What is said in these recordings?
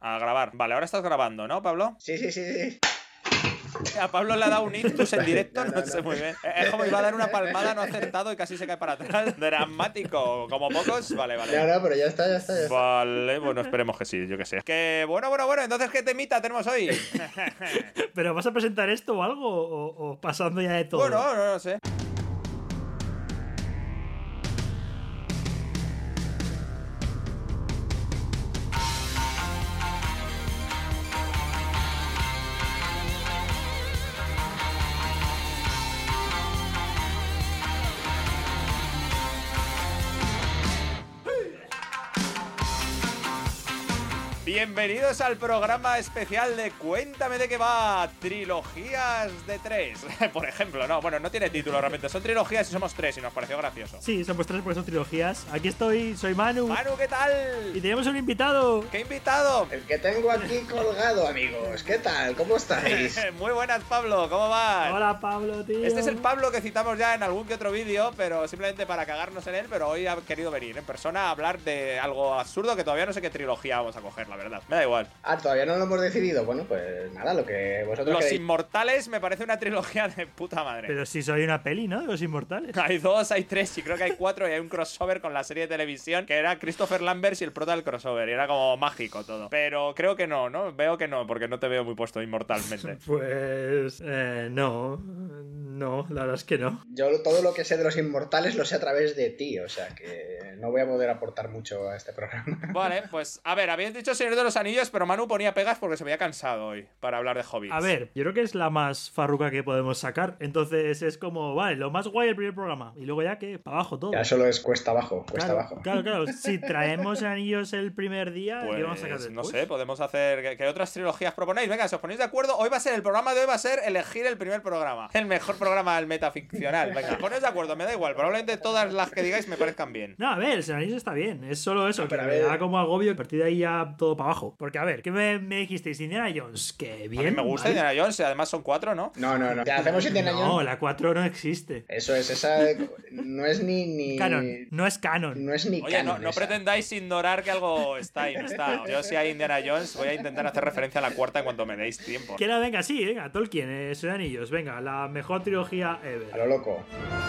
A grabar. Vale, ahora estás grabando, ¿no, Pablo? Sí. A Pablo le ha dado un ictus en directo, no sé muy bien. Es como iba a dar una palmada, no ha acertado y casi se cae para atrás. Dramático, como pocos. Vale. No, pero ya está. Vale, bueno, esperemos que sí, yo que sé. Que bueno, entonces, ¿qué temita tenemos hoy? ¿Pero vas a presentar esto o algo? ¿O pasando ya de todo? Bueno, no lo sé. Bienvenidos al programa especial de Cuéntame de qué va, trilogías de 3. Por ejemplo, no tiene título realmente, son trilogías y somos 3 y nos pareció gracioso. Sí, somos 3 porque son trilogías. Aquí estoy, soy Manu. Manu, ¿qué tal? Y tenemos un invitado. ¿Qué invitado? El que tengo aquí colgado, amigos. ¿Qué tal? ¿Cómo estáis? Muy buenas, Pablo, ¿cómo vas? Hola, Pablo, tío. Este es el Pablo que citamos ya en algún que otro vídeo, pero simplemente para cagarnos en él, pero hoy ha querido venir en persona a hablar de algo absurdo que todavía no sé qué trilogía vamos a coger, la verdad. Me da igual. Todavía no lo hemos decidido. Bueno, pues nada, lo que vosotros Los queréis. Inmortales me parece una trilogía de puta madre. Pero si soy una peli, ¿no? De Los Inmortales. Hay 2, hay 3 y creo que hay 4 y hay un crossover con la serie de televisión que era Christopher Lambert y el prota del crossover y era como mágico todo. Pero creo que no, veo que no, porque no te veo muy puesto inmortalmente. Pues... no, la verdad es que no. Yo todo lo que sé de Los Inmortales lo sé a través de ti, o sea que no voy a poder aportar mucho a este programa. Vale, pues a ver, habéis dicho Señor de los Anillos, pero Manu ponía pegas porque se veía cansado hoy para hablar de Hobbits. A ver, yo creo que es la más farruca que podemos sacar. Entonces es como, vale, lo más guay el primer programa. Y luego ya que para abajo todo. Ya solo es cuesta abajo. Claro. Si traemos anillos el primer día, pues, ¿qué vamos a sacar después? No sé, podemos hacer... ¿Qué otras trilogías proponéis? Venga, si os ponéis de acuerdo, el programa de hoy va a ser elegir el primer programa. El mejor programa del metaficcional. Venga, ponéis de acuerdo, me da igual. Probablemente todas las que digáis me parezcan bien. No, a ver, el Señor de los Anillos está bien. Es solo eso, pero que me da como agobio. A partir de ahí ya todo para abajo. Porque, a ver, ¿qué me dijisteis? Indiana Jones, que bien. A mí me gusta, ¿vale? Indiana Jones, además son 4, ¿no? No. ¿Te hacemos Indiana Jones? No, la 4 no existe. Eso es, esa no es ni... Canon, no es canon. No es ni Oye, canon. no pretendáis ignorar que algo está y no está. Yo si hay Indiana Jones voy a intentar hacer referencia a la cuarta en cuanto me deis tiempo. Que no, venga, sí, venga, Tolkien, Señor de Anillos, venga, la mejor trilogía ever. A lo loco.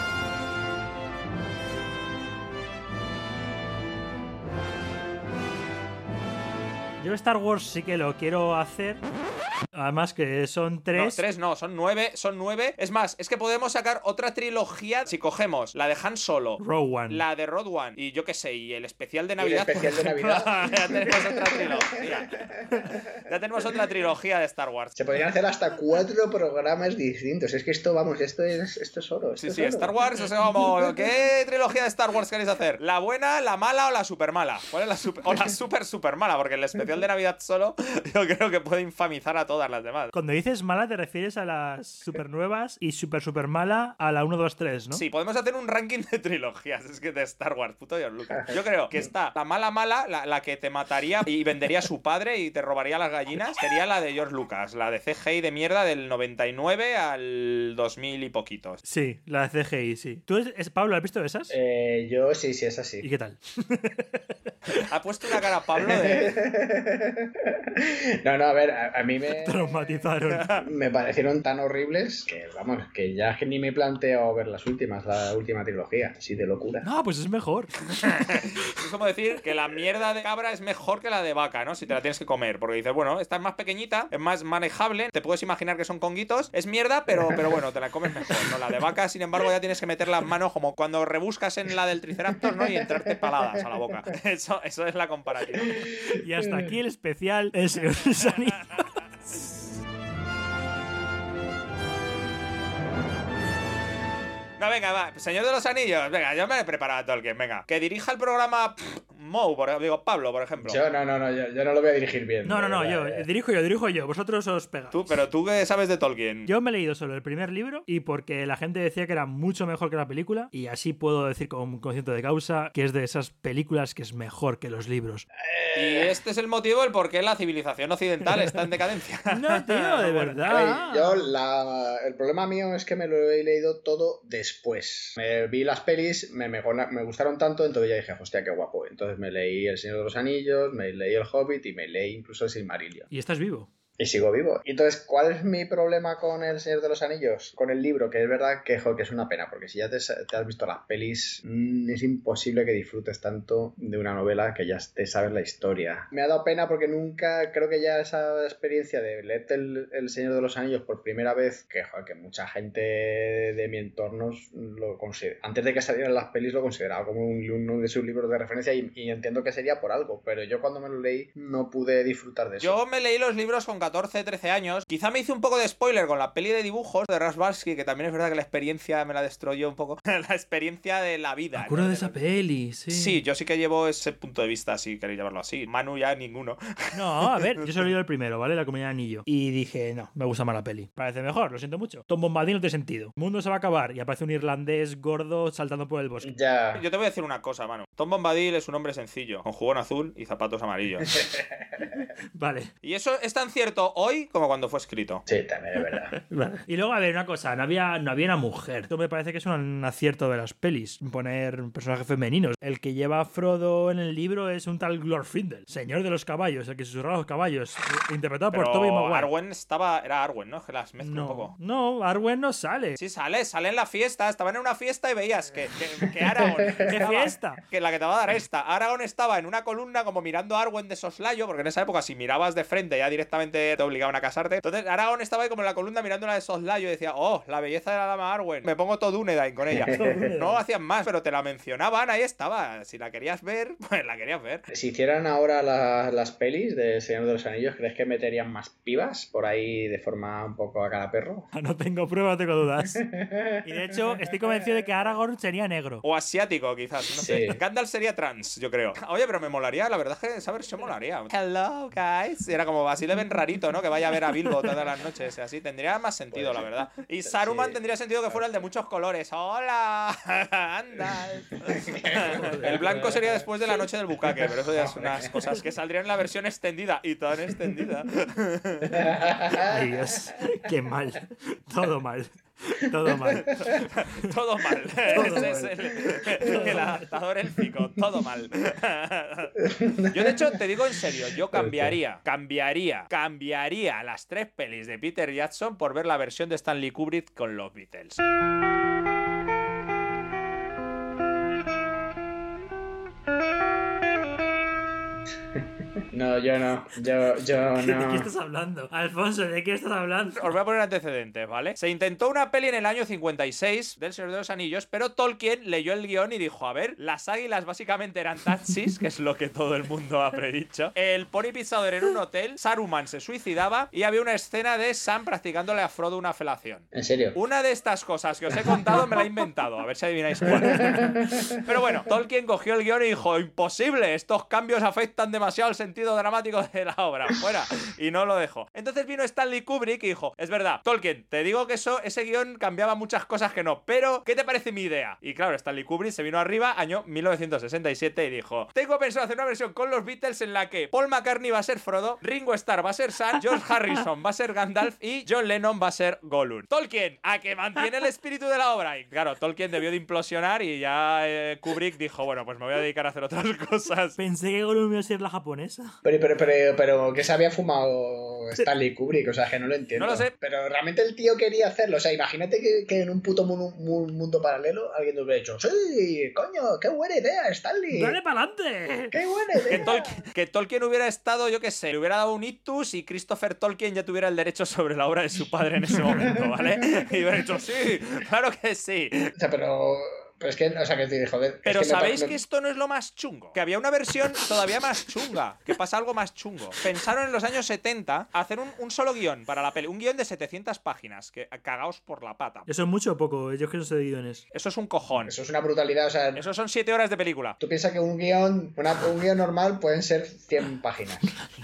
Yo Star Wars sí que lo quiero hacer. Además que son 3. No, 3 no, son 9. Es más, es que podemos sacar otra trilogía si cogemos la de Han Solo, Rogue One, la de Rogue One y yo qué sé, y el especial de Navidad. Ya tenemos otra trilogía. Ya tenemos otra trilogía de Star Wars. Se podrían hacer hasta 4 programas distintos. Es que esto es oro. Sí, Star Wars, o sea, vamos, ¿qué trilogía de Star Wars queréis hacer? ¿La buena, la mala o la super mala? ¿Cuál es la super o la super mala? Porque el especial de Navidad solo yo creo que puede infamizar a todas las demás. Cuando dices mala te refieres a las super nuevas y super mala a la 1, 2, 3, ¿no? Sí, podemos hacer un ranking de trilogías, es que de Star Wars, puto Dios, Lucas. Yo creo que está la mala, la que te mataría y vendería a su padre y te robaría las gallinas, sería la de George Lucas, la de CGI de mierda del 99 al 2000 y poquitos. Sí, la de CGI, sí. ¿Tú, Pablo, has visto esas? Yo sí, es así. ¿Y qué tal? Ha puesto una cara Pablo de... No, a ver, a mí me... Traumatizaron. Me parecieron tan horribles que, vamos, que ya ni me he planteado ver la última trilogía, así de locura. No, pues es mejor. Es como decir que la mierda de cabra es mejor que la de vaca, ¿no? Si te la tienes que comer, porque dices, bueno, esta es más pequeñita, es más manejable, te puedes imaginar que son conguitos, es mierda, pero bueno, te la comes mejor, ¿no? La de vaca, sin embargo, ya tienes que meter las manos como cuando rebuscas en la del Triceratops, ¿no? Y entrarte paladas a la boca. Eso es la comparativa. Y hasta aquí el especial de Señor de los Anillos. No, venga, va, Señor de los Anillos, venga, yo me he preparado a Tolkien, venga. Que dirija el programa Pablo, por ejemplo. Yo no lo voy a dirigir bien. No, yo dirijo yo, vosotros os pegáis. Pero tú qué sabes de Tolkien. Yo me he leído solo el primer libro y porque la gente decía que era mucho mejor que la película y así puedo decir con conocimiento de causa que es de esas películas que es mejor que los libros. Y este es el motivo el por qué la civilización occidental está en decadencia. No, tío, de verdad. El problema mío es que me lo he leído todo después. Me vi las pelis, me gustaron tanto, entonces ya dije, hostia, qué guapo. Entonces Entonces me leí El Señor de los Anillos, me leí El Hobbit y me leí incluso El Silmarillion. ¿Y estás vivo? Y sigo vivo. Y entonces, ¿cuál es mi problema con El Señor de los Anillos? Con el libro, que es verdad que, joder, que es una pena, porque si ya te has visto las pelis, es imposible que disfrutes tanto de una novela que ya te sabes la historia. Me ha dado pena porque nunca, creo que ya esa experiencia de leerte el Señor de los Anillos por primera vez, que, joder, que mucha gente de mi entorno lo considera, antes de que salieran las pelis lo consideraba como uno de sus libros de referencia y entiendo que sería por algo, pero yo cuando me lo leí no pude disfrutar de eso. Yo me leí los libros con 14, 13 años. Quizá me hice un poco de spoiler con la peli de dibujos de Rasvalsky, que también es verdad que la experiencia me la destruyó un poco. La experiencia de la vida. Me acuerdo de esa peli, sí. Sí, yo sí que llevo ese punto de vista, si queréis llamarlo así. Manu ya ninguno. No, a ver, yo solo he leído el primero, ¿vale? La Comunidad de Anillo. Y dije, no, me gusta más la peli. Parece mejor, lo siento mucho. Tom Bombadil no tiene sentido. El mundo se va a acabar y aparece un irlandés gordo saltando por el bosque. Ya. Yo te voy a decir una cosa, Manu. Tom Bombadil es un hombre sencillo, con jubón azul y zapatos amarillos. Vale. Y eso es tan cierto hoy como cuando fue escrito. Sí, también es verdad. Vale. Y luego, a ver, una cosa, no había una mujer. Esto me parece que es un acierto de las pelis, poner personajes femeninos. El que lleva a Frodo en el libro es un tal Glorfindel, señor de los caballos, el que susurra a los caballos, interpretado por Tobey Maguire. Arwen era Arwen, ¿no? Que las mezclo un poco. No, Arwen no sale. Sí, sale en la fiesta. Estaban en una fiesta y veías que Aragorn... ¿Qué fiesta? Que la que te va a dar esta. Aragorn estaba en una columna como mirando a Arwen de soslayo, porque en esa época si mirabas de frente ya directamente te obligaban a casarte. Entonces Aragorn estaba ahí como en la columna mirándola de soslayo y decía, oh, la belleza de la dama Arwen. Me pongo todo Dúnedain con ella. No hacían más, pero te la mencionaban, ahí estaba. Si la querías ver, pues la querías ver. Si hicieran ahora las pelis de Señor de los Anillos, ¿crees que meterían más pibas por ahí de forma un poco a cada perro? No tengo pruebas, tengo dudas. Y de hecho, estoy convencido de que Aragorn sería negro. O asiático, quizás, no sé. Gandalf sería trans, yo creo. Oye, pero me molaría, la verdad es que esa versión molaría. Hello, guys. Era como así le ven rarito, ¿no? Que vaya a ver a Bilbo todas las noches. Así tendría más sentido, la verdad. Y Saruman tendría sentido que fuera el de muchos colores. ¡Hola! ¡Anda! El blanco sería después de la noche del bucaque, pero eso ya es unas cosas que saldrían en la versión extendida. Y tan extendida. Ay, Dios. Qué mal. Todo mal. Todo mal. Todo mal. Todo Ese mal. es el adaptador élfico. Todo mal. Yo, de hecho, te digo en serio, yo cambiaría las 3 pelis de Peter Jackson por ver la versión de Stanley Kubrick con los Beatles. No, yo no. Yo no. ¿De qué estás hablando? Alfonso, ¿de qué estás hablando? Os voy a poner antecedentes, ¿vale? Se intentó una peli en el año 56 del Señor de los Anillos, pero Tolkien leyó el guión y dijo, a ver, las águilas básicamente eran taxis, que es lo que todo el mundo ha predicho. El pony pisador era un hotel, Saruman se suicidaba y había una escena de Sam practicándole a Frodo una felación. ¿En serio? Una de estas cosas que os he contado me la he inventado, a ver si adivináis cuál. Pero bueno, Tolkien cogió el guión y dijo, imposible, estos cambios afectan demasiado el sentido dramático de la obra, fuera, y no lo dejó. Entonces vino Stanley Kubrick y dijo, es verdad, Tolkien, te digo que ese guión cambiaba muchas cosas que no, pero ¿qué te parece mi idea? Y claro, Stanley Kubrick se vino arriba, año 1967, y dijo, tengo pensado hacer una versión con los Beatles en la que Paul McCartney va a ser Frodo, Ringo Starr va a ser Sam, George Harrison va a ser Gandalf y John Lennon va a ser Gollum. Tolkien, a que mantiene el espíritu de la obra. Y claro, Tolkien debió de implosionar y ya Kubrick dijo, bueno, pues me voy a dedicar a hacer otras cosas. Pensé que Gollum iba a ser la japonesa. Pero ¿qué se había fumado Stanley Kubrick? O sea, que no lo entiendo. No lo sé. Pero realmente el tío quería hacerlo. O sea, imagínate que en un puto mundo paralelo alguien te hubiera dicho, sí, coño, qué buena idea, Stanley. ¡Dale para adelante! ¡Qué buena idea! Que Tolkien hubiera estado, yo qué sé, le hubiera dado un ictus y Christopher Tolkien ya tuviera el derecho sobre la obra de su padre en ese momento, ¿vale? Y hubiera dicho, sí, claro que sí. O sea, pero es que, o sea, que te joder. Pero es que ¿sabéis que esto no es lo más chungo? Que había una versión todavía más chunga, que pasa algo más chungo. Pensaron en los años 70 hacer un solo guión para la peli, un guión de 700 páginas, que cagaos por la pata. ¿Eso es mucho o poco? Yo que no sé de guiones. Eso es un cojón. Eso es una brutalidad, o sea. Eso son 7 horas de película. Tú piensas que un guión normal pueden ser 100 páginas.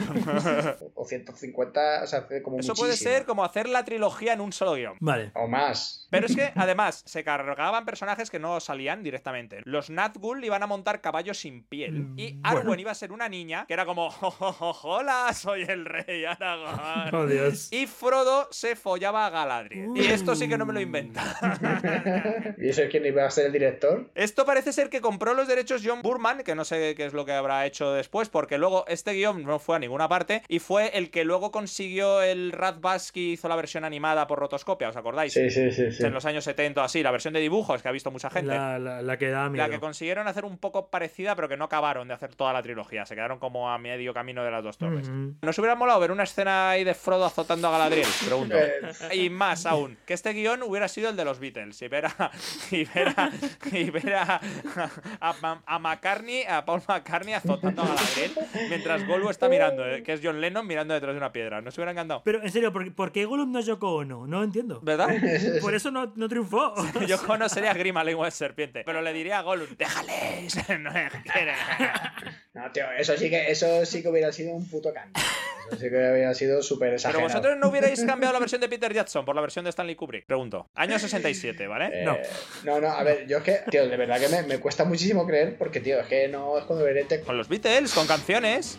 O 150, o sea, como eso muchísimo. puede ser como hacer la trilogía en un solo guión. Vale. O más. Pero es que, además, se cargaban personajes que no salían directamente. Los Nazgûl iban a montar caballos sin piel. Y Bueno. Arwen iba a ser una niña que era como: hola, soy el rey Aragorn. Oh, Dios. Y Frodo se follaba a Galadriel. Y esto sí que no me lo inventa. ¿Y eso es quién iba a ser el director? Esto parece ser que compró los derechos John Burman, que no sé qué es lo que habrá hecho después, porque luego este guión no fue a ninguna parte y fue el que luego consiguió el Radbaz que hizo la versión animada por Rotoscopia, ¿os acordáis? Sí. En los años 70 así, la versión de dibujos que ha visto mucha gente. La que da miedo. La que consiguieron hacer un poco parecida, pero que no acabaron de hacer toda la trilogía. Se quedaron como a medio camino de las dos torres. ¿Nos hubiera molado ver una escena ahí de Frodo azotando a Galadriel? Pregunto. Y más aún, que este guión hubiera sido el de los Beatles. Y ver a McCartney, a Paul McCartney azotando a Galadriel mientras Gollum está mirando, que es John Lennon mirando detrás de una piedra. ¿No se hubiera encantado? Pero, en serio, ¿por qué Gollum no es Yoko Ono? No lo entiendo. ¿Verdad? Por eso no triunfó. Yoko Ono sería Grima, lengua de serpiente. Pero le diría a Gollum: déjales. No quiere. No, tío, eso sí que hubiera sido un puto cambio. Eso sí que hubiera sido súper Pero exagerado. vosotros no hubierais cambiado la versión de Peter Jackson por la versión de Stanley Kubrick. Pregunto. Año 67, ¿vale? No, a ver, yo es que, tío, de verdad que me cuesta muchísimo creer porque, tío, es que no es coherente. Con los Beatles, con canciones.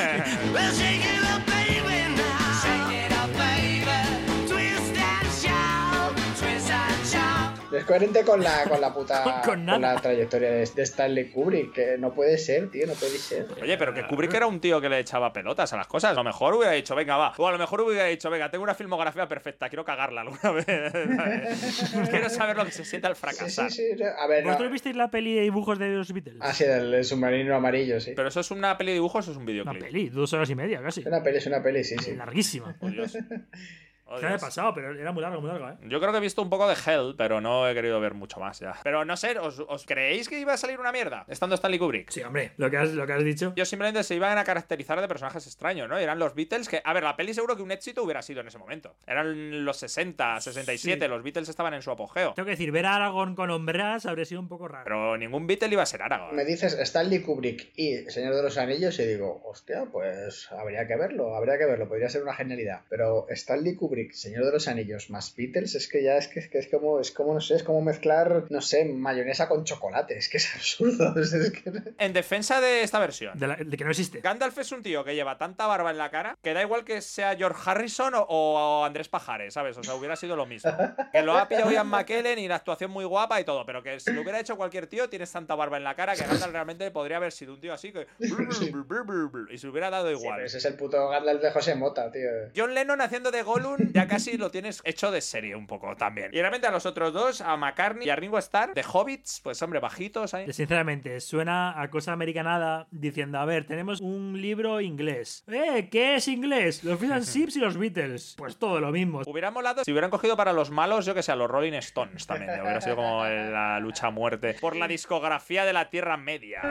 No es coherente con la puta Con nada. con la trayectoria de Stanley Kubrick, que no puede ser, tío, no puede ser. Oye, pero que Kubrick era un tío que le echaba pelotas a las cosas. A lo mejor hubiera dicho: venga, va. O a lo mejor hubiera dicho: venga, tengo una filmografía perfecta, quiero cagarla alguna vez. Quiero saber lo que se siente al fracasar. Sí. A ver, no. ¿Vosotros visteis la peli de dibujos de los Beatles? Ah, sí, el submarino amarillo, sí. Pero eso es una peli de dibujos o es un Una videoclip. peli, 2 horas y media casi. Es una peli, sí. Larguísima. Oh, Dios. Oh, ¿Qué me ha Dios. pasado? Pero era muy larga, ¿eh? Yo creo que he visto un poco de Hell, pero no he querido ver mucho más ya. Pero no sé, ¿os creéis que iba a salir una mierda estando Stanley Kubrick? Sí, hombre, lo que has dicho. Yo simplemente se iban a caracterizar de personajes extraños, ¿no? Eran los Beatles que... A ver, la peli seguro que un éxito hubiera sido en ese momento. Eran los 60, 67, Sí. los Beatles estaban en su apogeo. Tengo que decir, ver a Aragorn con hombreras habría sido un poco raro. Pero ningún Beatle iba a ser Aragorn. Me dices Stanley Kubrick y Señor de los Anillos y digo, hostia, pues habría que verlo, podría ser una genialidad. Pero Stanley Kubrick, Señor de los Anillos más Beatles, es que ya es como, no sé, es como mezclar, no sé, mayonesa con chocolate, es que es absurdo. Es que... En defensa de esta versión, De que no existe. Gandalf es un tío que lleva tanta barba en la cara que da igual que sea George Harrison o Andrés Pajares, ¿sabes? O sea, hubiera sido lo mismo. Que lo ha pillado Ian McKellen y la actuación muy guapa y todo, pero que si lo hubiera hecho cualquier tío, tienes tanta barba en la cara que Gandalf realmente podría haber sido un tío así que... y se hubiera dado Sí, igual. pero ese es el puto Gandalf de José Mota, tío. John Lennon haciendo de Gollum ya casi lo tienes hecho de serie un poco también. Y realmente a los otros dos, a McCartney y a Ringo Starr, de Hobbits, pues hombre, bajitos ahí. Sinceramente, suena a cosa americanada diciendo, a ver, tenemos un libro inglés. ¿Qué es inglés? Los Fish and Chips y los Beatles. Pues todo lo mismo. Hubiera molado si hubieran cogido para los malos, yo que sé, a los Rolling Stones también. Hubiera sido como la lucha a muerte por la discografía de la Tierra Media.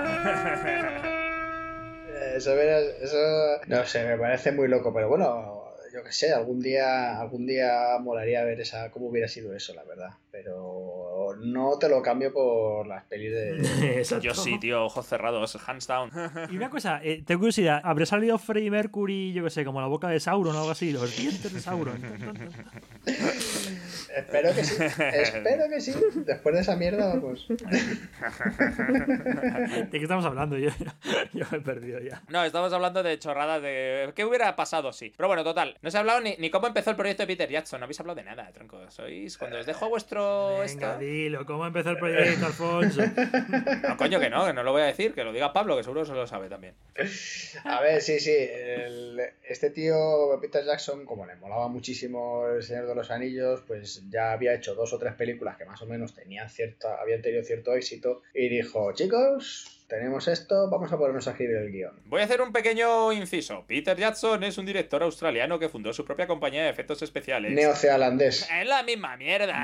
Eso, no sé, me parece muy loco, pero bueno, yo qué sé, algún día molaría ver cómo hubiera sido eso, la verdad. Pero no te lo cambio por las pelis de... Exacto. Yo sí, tío, ojos cerrados, hands down. Y una cosa, tengo curiosidad, ¿habrá salido Freddie Mercury, yo qué sé, como la boca de Sauron o algo así? Los dientes de Sauron. Espero que sí. Después de esa mierda, pues... ¿De qué estamos hablando? Yo me he perdido ya. No, estamos hablando de chorradas de... ¿Qué hubiera pasado? Sí. Pero bueno, total. No se ha hablado ni cómo empezó el proyecto de Peter Jackson. No habéis hablado de nada, tronco. Sois... Cuando os dejo a vuestro... Venga, dilo, ¿cómo empezó el proyecto, Alfonso? No, coño, que no lo voy a decir. Que lo diga Pablo, que seguro se lo sabe también. A ver, sí. Este tío, Peter Jackson, como le molaba muchísimo El Señor de los Anillos, pues ya había hecho 2 o 3 películas que más o menos habían tenido cierto éxito y dijo, chicos, tenemos esto, vamos a ponernos a escribir el guión. Voy a hacer un pequeño inciso. Peter Jackson es un director australiano que fundó su propia compañía de efectos especiales. Neozelandés. Es la misma mierda.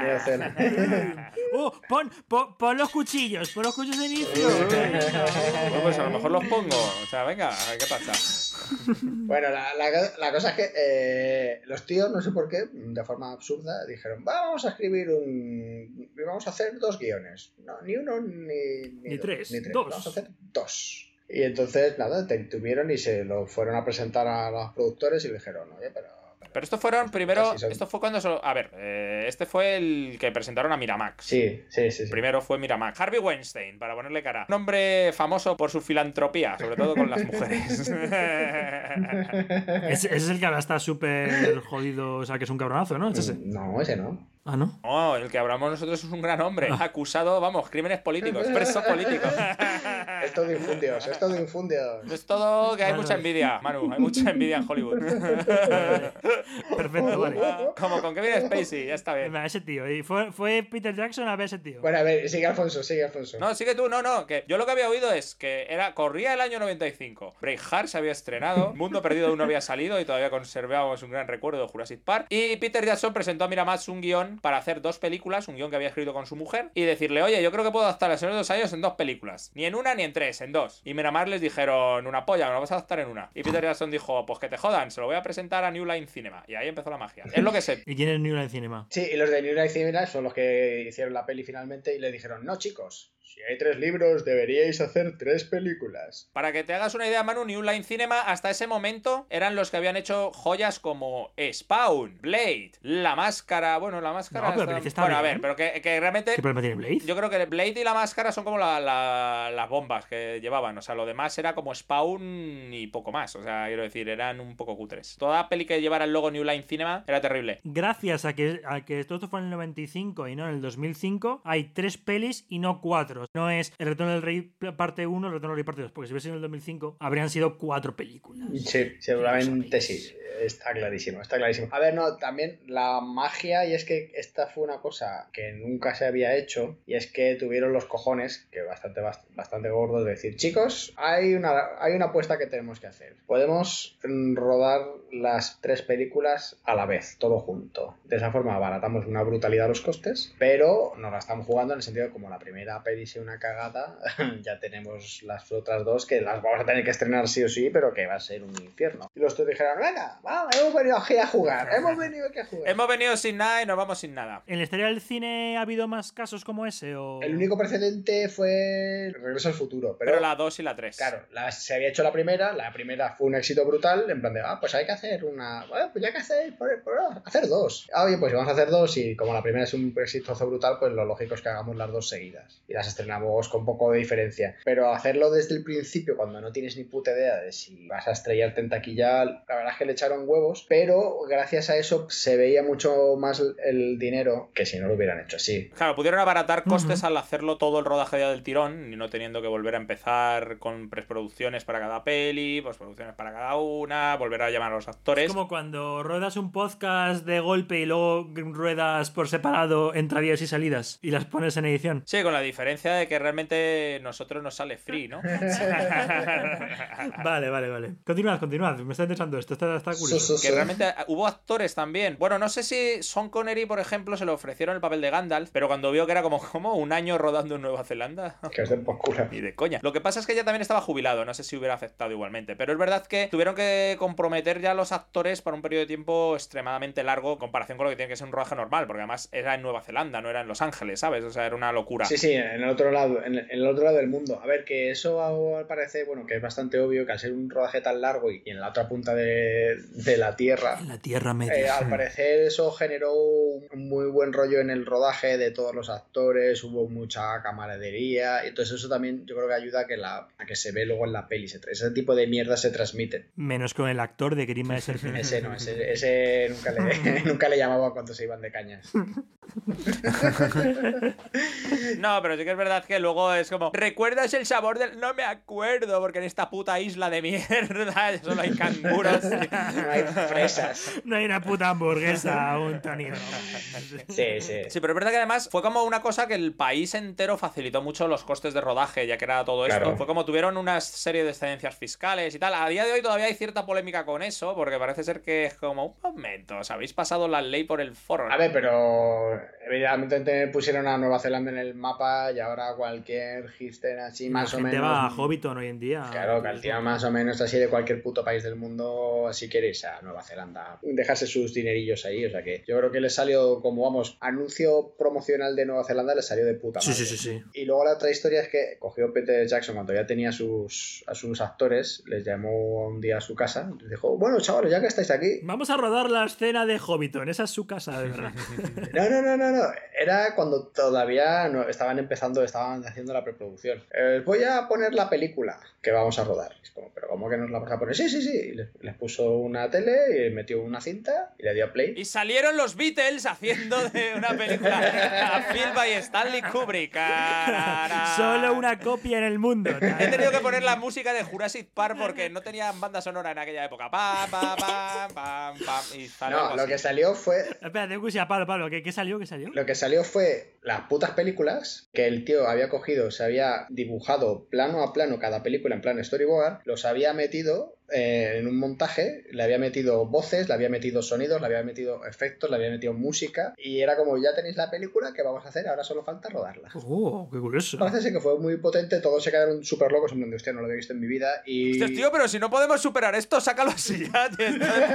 Pon los cuchillos de inicio. Bueno, pues a lo mejor los pongo. O sea, venga, ¿qué pasa? Bueno, la cosa es que los tíos, no sé por qué, de forma absurda, dijeron, vamos a escribir vamos a hacer 2 guiones. No, ni uno ni 3. Ni 3. 2. Vamos a hacer 2. Y entonces, nada, tuvieron y se lo fueron a presentar a los productores y le dijeron, oye, pero Pero estos fueron primero. Sí, son. Esto fue cuando. A ver, este fue el que presentaron a Miramax. Sí. Primero fue Miramax. Harvey Weinstein, para ponerle cara. Un hombre famoso por su filantropía, sobre todo con las mujeres. Ese es el que ahora está súper jodido, o sea, que es un cabronazo, ¿no? ¿Es ese? No, ese no. Ah, ¿no? No, el que hablamos nosotros es un gran hombre. Acusado, vamos, crímenes políticos, preso político. Esto de infundios. Es todo que hay mucha envidia, Manu. Hay mucha envidia en Hollywood. Perfecto, vale. Como con Kevin Spacey, ya está bien. Venga, ese tío. Y fue Peter Jackson a ver ese tío. Bueno, a ver, sigue Alfonso. No, sigue tú, no. Que yo lo que había oído es que corría el año 95. Braveheart se había estrenado. Mundo Perdido aún no había salido y todavía conservábamos un gran recuerdo de Jurassic Park. Y Peter Jackson presentó a Miramax un guión para hacer 2 películas, un guión que había escrito con su mujer, y decirle, oye, yo creo que puedo adaptar El Señor de los Anillos en 2 películas. Ni en una ni en 3, en 2. Y Miramax les dijeron, una polla, me lo vas a adaptar en una. Y Peter Jackson dijo, pues que te jodan, se lo voy a presentar a New Line Cinema. Y ahí empezó la magia. Es lo que sé. ¿Y quién es New Line Cinema? Sí, y los de New Line Cinema son los que hicieron la peli finalmente y le dijeron, no, chicos, si hay 3 libros, deberíais hacer 3 películas. Para que te hagas una idea, Manu, New Line Cinema hasta ese momento eran los que habían hecho joyas como Spawn, Blade, La Máscara. Bueno, La Máscara. No, pero Blade está bueno, bien. a ver, pero que realmente. ¿Qué problema tiene Blade? Yo creo que Blade y La Máscara son como las bombas que llevaban. O sea, lo demás era como Spawn y poco más. O sea, quiero decir, eran un poco cutres. Toda peli que llevara el logo New Line Cinema era terrible. Gracias a que todo esto fue en el 95 y no en el 2005, hay 3 pelis y no 4. No es El Retorno del Rey parte 1, El Retorno del Rey parte 2, porque si hubiese sido en el 2005 habrían sido 4 películas. Sí, seguramente sí. Está clarísimo. A ver, no, también la magia, y es que esta fue una cosa que nunca se había hecho, y es que tuvieron los cojones, que bastante gordos, de decir, chicos, hay una apuesta que tenemos que hacer. Podemos rodar las 3 películas a la vez, todo junto. De esa forma abaratamos una brutalidad los costes, pero nos la estamos jugando en el sentido de como la primera peli sea una cagada, ya tenemos las otras 2 que las vamos a tener que estrenar sí o sí, pero que va a ser un infierno. Y los 2 dijeron, venga, vamos, hemos venido aquí a jugar. Hemos venido sin nada y nos vamos sin nada. ¿En la historia del cine ha habido más casos como ese? ¿O? El único precedente fue Regreso al Futuro. Pero la 2 y la 3. Claro, se había hecho la primera fue un éxito brutal, en plan de, pues hay que hacer una... Bueno, pues ya que hacer 2. Oye, pues vamos a hacer 2 y como la primera es un exitoso brutal, pues lo lógico es que hagamos las 2 seguidas. Y las estrenamos con poco de diferencia. Pero hacerlo desde el principio, cuando no tienes ni puta idea de si vas a estrellarte en taquilla, la verdad es que le echaron huevos, pero gracias a eso se veía mucho más el dinero que si no lo hubieran hecho así. Claro, pudieron abaratar costes al hacerlo todo el rodaje ya del tirón y no teniendo que volver a empezar con preproducciones para cada peli, postproducciones para cada una, volver a llamar a los actores. Es como cuando ruedas un podcast de golpe y luego ruedas por separado entradillas y salidas y las pones en edición. Sí, con la diferencia de que realmente nosotros nos sale free, ¿no? Vale. Continuad. Me está interesando esto. Está curioso. Que realmente hubo actores también. Bueno, no sé si Sean Connery, por ejemplo, se le ofrecieron el papel de Gandalf, pero cuando vio que era como un año rodando en Nueva Zelanda. Que es de poscura. Ni de coña. Lo que pasa es que ella también estaba jubilado, no sé si hubiera aceptado igualmente. Pero es verdad que tuvieron que comprometer ya a los actores para un periodo de tiempo extremadamente largo en comparación con lo que tiene que ser un rodaje normal, porque además era en Nueva Zelanda, no era en Los Ángeles, ¿sabes? O sea, era una locura. Sí, en el otro lado, en el otro lado del mundo. A ver, que eso al parecer, bueno, que es bastante obvio que al ser un rodaje tan largo y en la otra punta de la Tierra, en la Tierra Media, al parecer eso generó un muy buen rollo en el rodaje de todos los actores, hubo mucha camaradería, y entonces eso también yo creo que ayuda a que se ve luego en la peli, ese tipo de mierda se transmite. Menos con el actor de Grima de Serpent. Ese nunca le llamaba cuando se iban de cañas. No, pero sí que es verdad que luego es como, ¿recuerdas el sabor del...? No me acuerdo, porque en esta puta isla de mierda solo hay canguros. No hay fresas. No hay una puta hamburguesa o un tonino. Sí. Sí, pero es verdad que además fue como una cosa que el país entero facilitó mucho los costes de rodaje, ya que era todo esto. Claro. Fue como tuvieron una serie de excedencias fiscales y tal. A día de hoy todavía hay cierta polémica con eso, porque parece ser que es como, un momento, os habéis pasado la ley por el forro, ¿no? A ver, pero evidentemente pusieron a Nueva Zelanda en el mapa y ahora cualquier hipster así más o menos... La gente va a Hobbiton hoy en día. Claro, que el tío más o menos así de cualquier puto país del mundo, si quiere irse a Nueva Zelanda, dejarse sus dinerillos ahí. O sea que yo creo que les salió como, vamos, anuncio promocional de Nueva Zelanda, les salió de puta madre. Sí. Y luego la otra historia es que cogió Peter Jackson cuando ya tenía a sus actores, les llamó un día a su casa, les dijo, bueno, chavales, ya que estáis aquí... Vamos a rodar la escena de Hobbiton, esa es su casa, de verdad. No. Era cuando todavía no, estaban haciendo la preproducción. Voy a poner la película que vamos a rodar. Es como, pero ¿cómo que nos la vas a poner? Sí. Y les puso una tele y metió una cinta y le dio play. Y salieron los Beatles haciendo de una película a film by Stanley Kubrick. Solo una copia en el mundo. He tenido que poner la música de Jurassic Park porque no tenían banda sonora en aquella época. Pam, y no, lo que salió fue... Espera, tengo que decir a Pablo, ¿qué salió? Lo que salió fue las putas películas que el tío había cogido, se había dibujado plano a plano cada película en plan storyboard, los había metido en un montaje, le había metido voces, le había metido sonidos, le había metido efectos, le había metido música y era como, ya tenéis la película, ¿qué vamos a hacer? Ahora solo falta rodarla. Qué curioso. Parece ser que fue muy potente, todos se quedaron súper locos, en donde, hostia, no lo había visto en mi vida y... Hostia, tío, pero si no podemos superar esto, sácalo así ya, tío,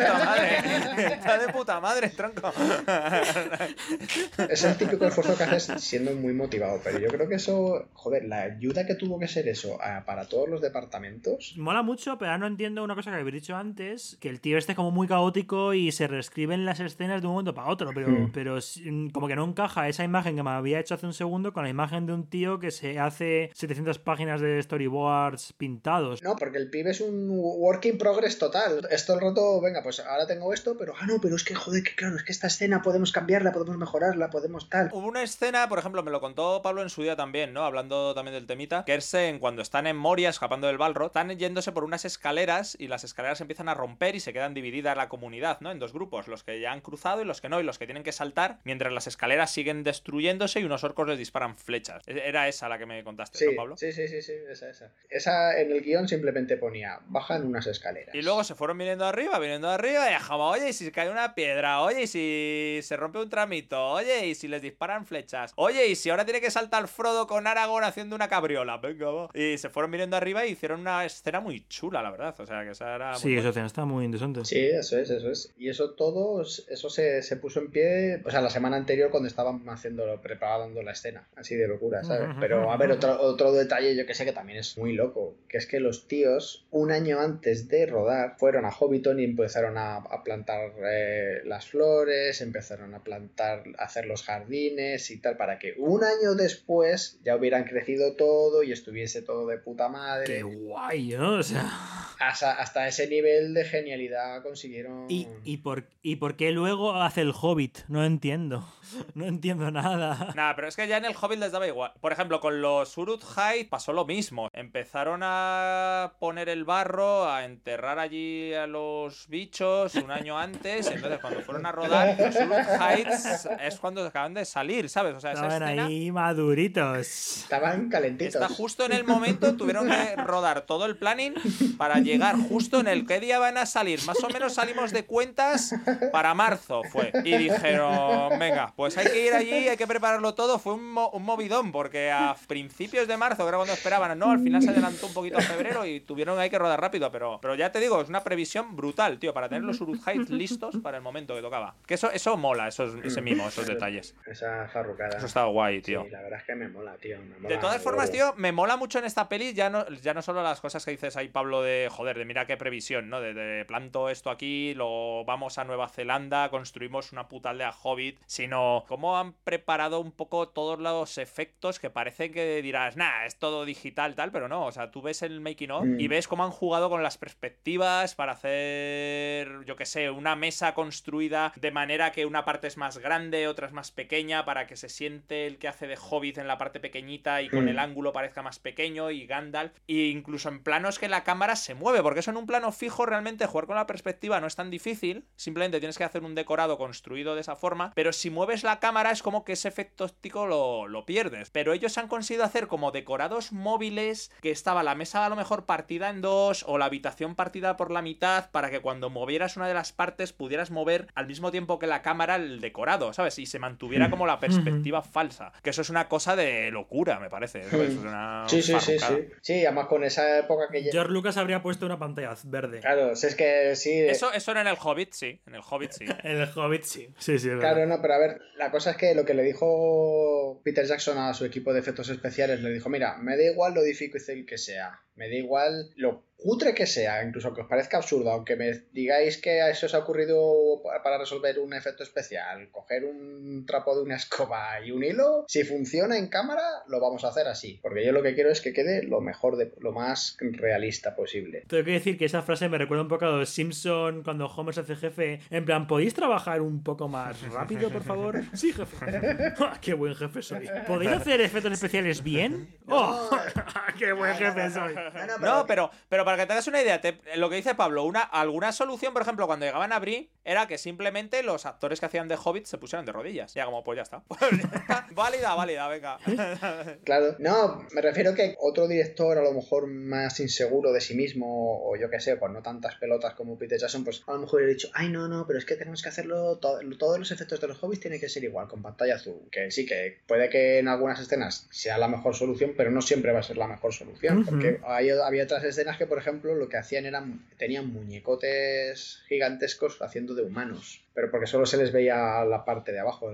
está de puta madre, tronco. Es el típico esfuerzo que haces siendo muy motivado, pero yo creo que eso, joder, la ayuda que tuvo que ser eso para todos los departamentos... Mola mucho, pero ahora no entiendo una cosa que habéis dicho antes, que el tío esté como muy caótico y se reescriben las escenas de un momento para otro, pero como que no encaja esa imagen que me había hecho hace un segundo con la imagen de un tío que se hace 700 páginas de storyboards pintados. No, porque el pibe es un work in progress total. Esto el rato, venga, pues ahora tengo esto, pero pero es que joder, que claro, es que esta escena podemos cambiarla, podemos mejorarla, podemos tal. Hubo una escena, por ejemplo, me lo contó Pablo en su día también, ¿no? Hablando también del temita, que es cuando están en Moria escapando del Balrog, están yéndose por unas escaleras y las escaleras empiezan a romper y se quedan divididas la comunidad, ¿no? En dos grupos, los que ya han cruzado y los que no, y los que tienen que saltar mientras las escaleras siguen destruyéndose y unos orcos les disparan flechas. Era esa la que me contaste, sí, ¿no, Pablo? Sí, esa. Esa en el guión simplemente ponía, bajan unas escaleras. Y luego se fueron viniendo arriba, y como, oye, y si cae una piedra, oye, y si se rompe un tramito, oye, y si les disparan flechas, oye, y si ahora tiene que saltar Frodo con Aragorn haciendo una cabriola, venga, va. Y se fueron viniendo arriba y hicieron una escena muy chula, la verdad, o sea, que esa era... Sí, esa escena está muy interesante. Sí, eso es. Y eso todo, eso se puso en pie, o sea, la semana anterior cuando estaban preparando la escena, así de locura, ¿sabes? Pero, a ver, otro detalle, yo que sé que también es muy loco, que es que los tíos, un año antes de rodar, fueron a Hobbiton y empezaron a plantar las flores, empezaron a hacer los jardines y tal, para que un año después ya hubieran crecido todo y estuviese todo de puta madre. ¡Qué guay, ¿no? O sea... Hasta ese nivel de genialidad consiguieron... ¿Y por qué luego hace el Hobbit? No entiendo. No entiendo nada. Nada, pero es que ya en el Hobbit les daba igual. Por ejemplo, con los Uruk-hai pasó lo mismo. Empezaron a poner el barro, a enterrar allí a los bichos un año antes. Entonces, cuando fueron a rodar, los Uruk-hai es cuando acaban de salir, ¿sabes? O sea, esa estaban escena ahí maduritos. Estaban calentitos. Está justo en el momento, tuvieron que rodar todo el planning para llegar justo en el qué día van a salir. Más o menos salimos de cuentas para marzo, fue. Y dijeron, venga, pues hay que ir allí, hay que prepararlo todo. Fue un movidón, porque a principios de marzo, que era cuando esperaban, no, al final se adelantó un poquito a febrero y tuvieron ahí que rodar rápido. Pero ya te digo, es una previsión brutal, tío, para tener los Uruk-hai listos para el momento que tocaba. Que eso mola, ese mimo, esos detalles. Esa farrucada. Eso está guay, tío. Sí, la verdad es que me mola, tío. De todas formas, tío, me mola mucho en esta peli, ya no solo las cosas que dices ahí, Pablo, de joder, de mira qué previsión, ¿no? De planto esto aquí, lo vamos a Nueva Zelanda, construimos una puta aldea hobbit, sino cómo han preparado un poco todos los efectos que parece que dirás, nah, es todo digital, tal, pero no, o sea, tú ves el making of y ves cómo han jugado con las perspectivas para hacer, yo qué sé, una mesa construida de manera que una parte es más grande, otra es más pequeña, para que se siente el que hace de hobbit en la parte pequeñita y con el ángulo parezca más pequeño, y Gandalf, e incluso en planos que la cámara se mueve, porque eso en un plano fijo realmente jugar con la perspectiva no es tan difícil, simplemente tienes que hacer un decorado construido de esa forma, pero si mueves la cámara es como que ese efecto óptico lo pierdes. Pero ellos han conseguido hacer como decorados móviles, que estaba la mesa a lo mejor partida en dos o la habitación partida por la mitad, para que cuando movieras una de las partes pudieras mover al mismo tiempo que la cámara el decorado, ¿sabes? Y se mantuviera como la perspectiva falsa, que eso es una cosa de locura, me parece, ¿sabes? Es una Sí, además con esa época que George Lucas habría puesto una pantalla verde. Claro, si es que sí. Eso era en el Hobbit, sí. En el Hobbit, sí. En el Hobbit, sí. Sí, es verdad. Claro, no, pero a ver, la cosa es que lo que le dijo Peter Jackson a su equipo de efectos especiales, le dijo, mira, me da igual lo difícil que sea, me da igual lo cutre que sea, incluso que os parezca absurdo, aunque me digáis que a eso os ha ocurrido para resolver un efecto especial, coger un trapo de una escoba y un hilo, si funciona en cámara, lo vamos a hacer así, porque yo lo que quiero es que quede lo mejor, lo más realista posible. Tengo que decir que esa frase me recuerda un poco a los Simpson cuando Homer se hace jefe, en plan, ¿podéis trabajar un poco más rápido, por favor? Sí, jefe. ¡Qué buen jefe soy! ¿Podéis hacer efectos especiales bien? ¡Oh! ¡Qué buen jefe soy! No, pero para que te hagas una idea, lo que dice Pablo, alguna solución, por ejemplo, cuando llegaban a Brie, era que simplemente los actores que hacían de Hobbit se pusieran de rodillas. Ya como, pues ya está. Válida, venga. Claro, no, me refiero que otro director a lo mejor más inseguro de sí mismo, o yo qué sé, pues no tantas pelotas como Peter Jackson, pues a lo mejor hubiera dicho, ay, no, pero es que tenemos que hacerlo, todos los efectos de los Hobbits tienen que ser igual, con pantalla azul. Que sí, que puede que en algunas escenas sea la mejor solución, pero no siempre va a ser la mejor solución, porque había otras escenas que, por ejemplo, lo que hacían tenían muñecotes gigantescos haciendo de humanos, pero porque solo se les veía la parte de abajo,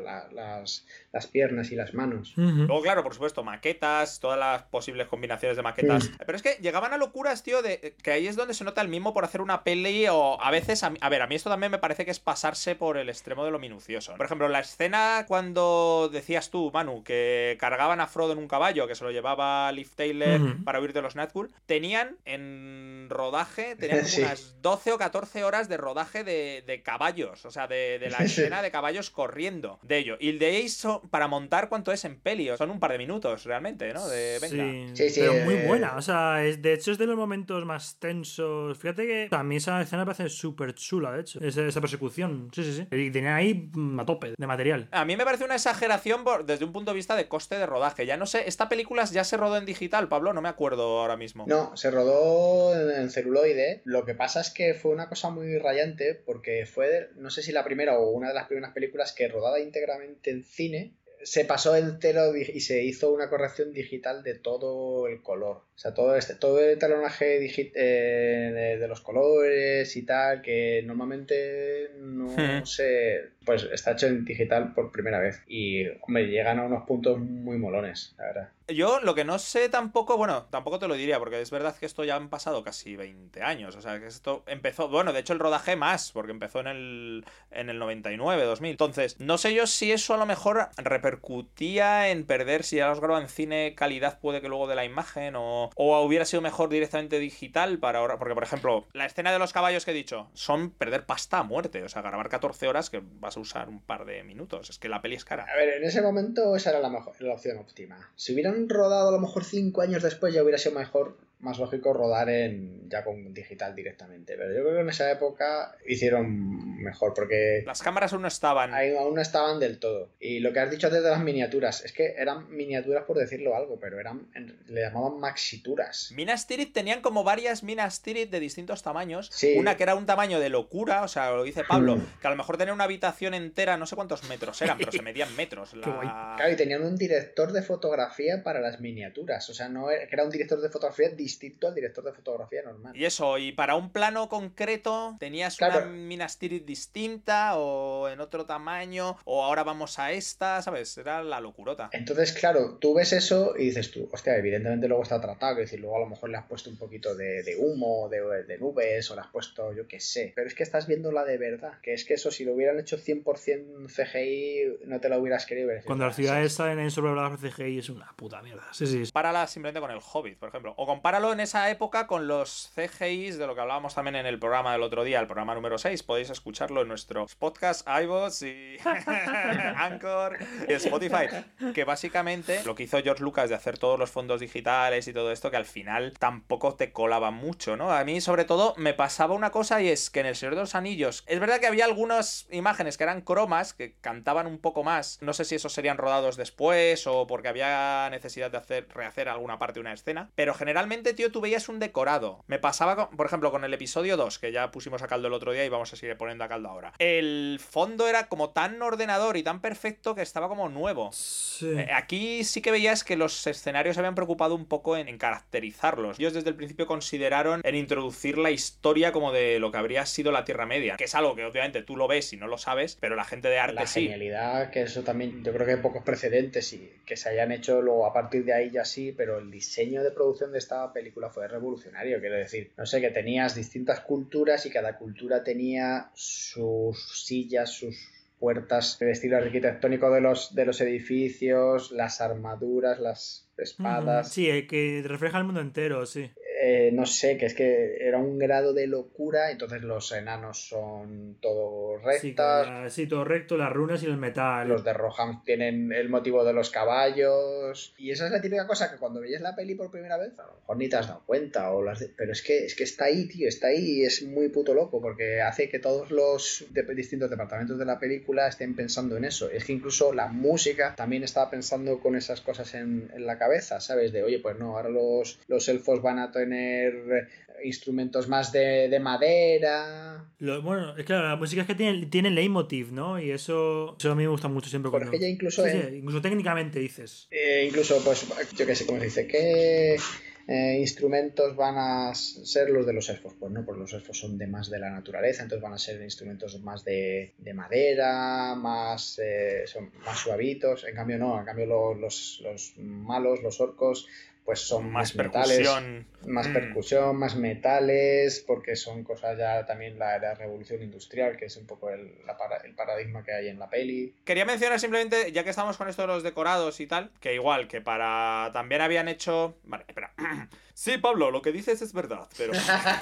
las piernas y las manos. Luego, claro, por supuesto, maquetas, todas las posibles combinaciones de maquetas. Pero es que llegaban a locuras, tío, de que ahí es donde se nota el mismo por hacer una peli, o a veces, a mí esto también me parece que es pasarse por el extremo de lo minucioso. Por ejemplo, la escena cuando decías tú, Manu, que cargaban a Frodo en un caballo, que se lo llevaba Liv Tyler para huir de los Nazgûl, tenían en rodaje, como unas 12 o 14 horas de rodaje de caballos, o sea, de la escena de caballos corriendo de ello. Y de eso, para montar, ¿cuánto es en peli? Son un par de minutos, realmente, ¿no? Venga. Sí, pero muy buena, o sea, de hecho es de los momentos más tensos. Fíjate que a mí esa escena me parece súper chula, de hecho, esa persecución, sí. Y tenían ahí a tope de material. A mí me parece una exageración desde un punto de vista de coste de rodaje. Ya no sé, ¿esta película ya se rodó en digital, Pablo? No me acuerdo ahora mismo. No, se rodó en celuloide. Lo que pasa es que fue una cosa muy rayante porque fue, no sé si la primera o una de las primeras películas que rodada íntegramente en cine se pasó entero y se hizo una corrección digital de todo el color. O sea, todo el talonaje de los colores y tal, que normalmente no se... Pues está hecho en digital por primera vez. Y, hombre, llegan a unos puntos muy molones, la verdad. Yo lo que no sé tampoco, bueno, tampoco te lo diría, porque es verdad que esto ya han pasado casi 20 años. O sea, que esto empezó, bueno, de hecho el rodaje más, porque empezó en el 99, 2000. Entonces, no sé yo si eso a lo mejor repercutía en perder, si ya los graba en cine, calidad puede que luego de la imagen, o hubiera sido mejor directamente digital para ahora. Porque, por ejemplo, la escena de los caballos que he dicho, son perder pasta a muerte. O sea, grabar 14 horas que vas a usar un par de minutos. Es que la peli es cara. A ver, en ese momento esa era la opción óptima. Si hubieran rodado a lo mejor 5 años después, ya hubiera sido más lógico rodar ya con digital directamente. Pero yo creo que en esa época hicieron mejor, porque las cámaras aún no estaban. Aún no estaban del todo. Y lo que has dicho antes de las miniaturas, es que eran miniaturas por decirlo algo, pero le llamaban maxituras. Minas Tirith tenían como varias Minas Tirith de distintos tamaños. Sí. Una que era un tamaño de locura, o sea, lo dice Pablo, que a lo mejor tenía una habitación entera, no sé cuántos metros eran, pero se medían metros. Claro, y tenían un director de fotografía para las miniaturas. O sea, que era un director de fotografía distinto al director de fotografía normal. Y eso, y para un plano concreto tenías una Minas Tirith distinta o en otro tamaño, o ahora vamos a esta, ¿sabes? Era la locurota. Entonces, claro, tú ves eso y dices tú, hostia, evidentemente luego está tratado, que decir, luego a lo mejor le has puesto un poquito de humo, de nubes, o le has puesto, yo qué sé. Pero es que estás viendo la de verdad, que es que eso, si lo hubieran hecho 100% CGI, no te lo hubieras querido ver. Cuando las ciudades salen sobrevoladas por CGI es una puta mierda. Sí. Párala simplemente con el Hobbit, por ejemplo. O compáralo en esa época con los CGIs de lo que hablábamos también en el programa del otro día, el programa número 6. Podéis escucharlo en nuestros podcasts, iVoox y Anchor y Spotify. Que básicamente lo que hizo George Lucas de hacer todos los fondos digitales y todo esto, que al final tampoco te colaba mucho, ¿no? A mí, sobre todo, me pasaba una cosa, y es que en El Señor de los Anillos, es verdad que había algunas imágenes que eran cromas, que cantaban un poco más. No sé si esos serían rodados después o porque había necesidad de rehacer alguna parte de una escena, pero generalmente repente, tío, tú veías un decorado. Me pasaba, por ejemplo, con el episodio 2, que ya pusimos a caldo el otro día y vamos a seguir poniendo a caldo ahora. El fondo era como tan ordenador y tan perfecto que estaba como nuevo. Sí. Aquí sí que veías que los escenarios se habían preocupado un poco en caracterizarlos. Ellos desde el principio consideraron en introducir la historia como de lo que habría sido la Tierra Media, que es algo que obviamente tú lo ves y no lo sabes, pero la gente de arte La sí. genialidad, que eso también, yo creo que hay pocos precedentes y que se hayan hecho luego a partir de ahí ya sí, pero el diseño de producción de esta película fue revolucionario, quiero decir, no sé, que tenías distintas culturas y cada cultura tenía sus sillas, sus puertas, el estilo arquitectónico de los edificios, las armaduras, las espadas. Sí, que refleja el mundo entero, sí. No sé, que es que era un grado de locura, entonces los enanos son todo rectas. Sí, todo recto, las runas y el metal. Los de Rohan tienen el motivo de los caballos. Y esa es la típica cosa que cuando veías la peli por primera vez, a lo mejor ni te has dado cuenta. Pero es que está ahí, tío, está ahí y es muy puto loco porque hace que todos los distintos departamentos de la película estén pensando en eso. Es que incluso la música también estaba pensando con esas cosas en la cabeza, ¿sabes? De, oye, pues no, ahora los elfos van a tener instrumentos más de madera. Bueno, es claro, la música es que tiene leitmotiv, ¿no? Y eso a mí me gusta mucho siempre. Porque ya incluso... Sí, incluso técnicamente dices. Incluso, pues, yo qué sé, ¿cómo se dice? ¿Qué instrumentos van a ser los de los elfos? Pues no, pues los elfos son más de la naturaleza, entonces van a ser instrumentos más de madera, son más suavitos. En cambio no, los malos, los orcos, pues son más metales, más percusión, más metales, porque son cosas ya también la revolución industrial, que es un poco el paradigma que hay en la peli. Quería mencionar simplemente, ya que estamos con esto de los decorados y tal, que igual, que también habían hecho... Vale, espera. Sí, Pablo, lo que dices es verdad, pero...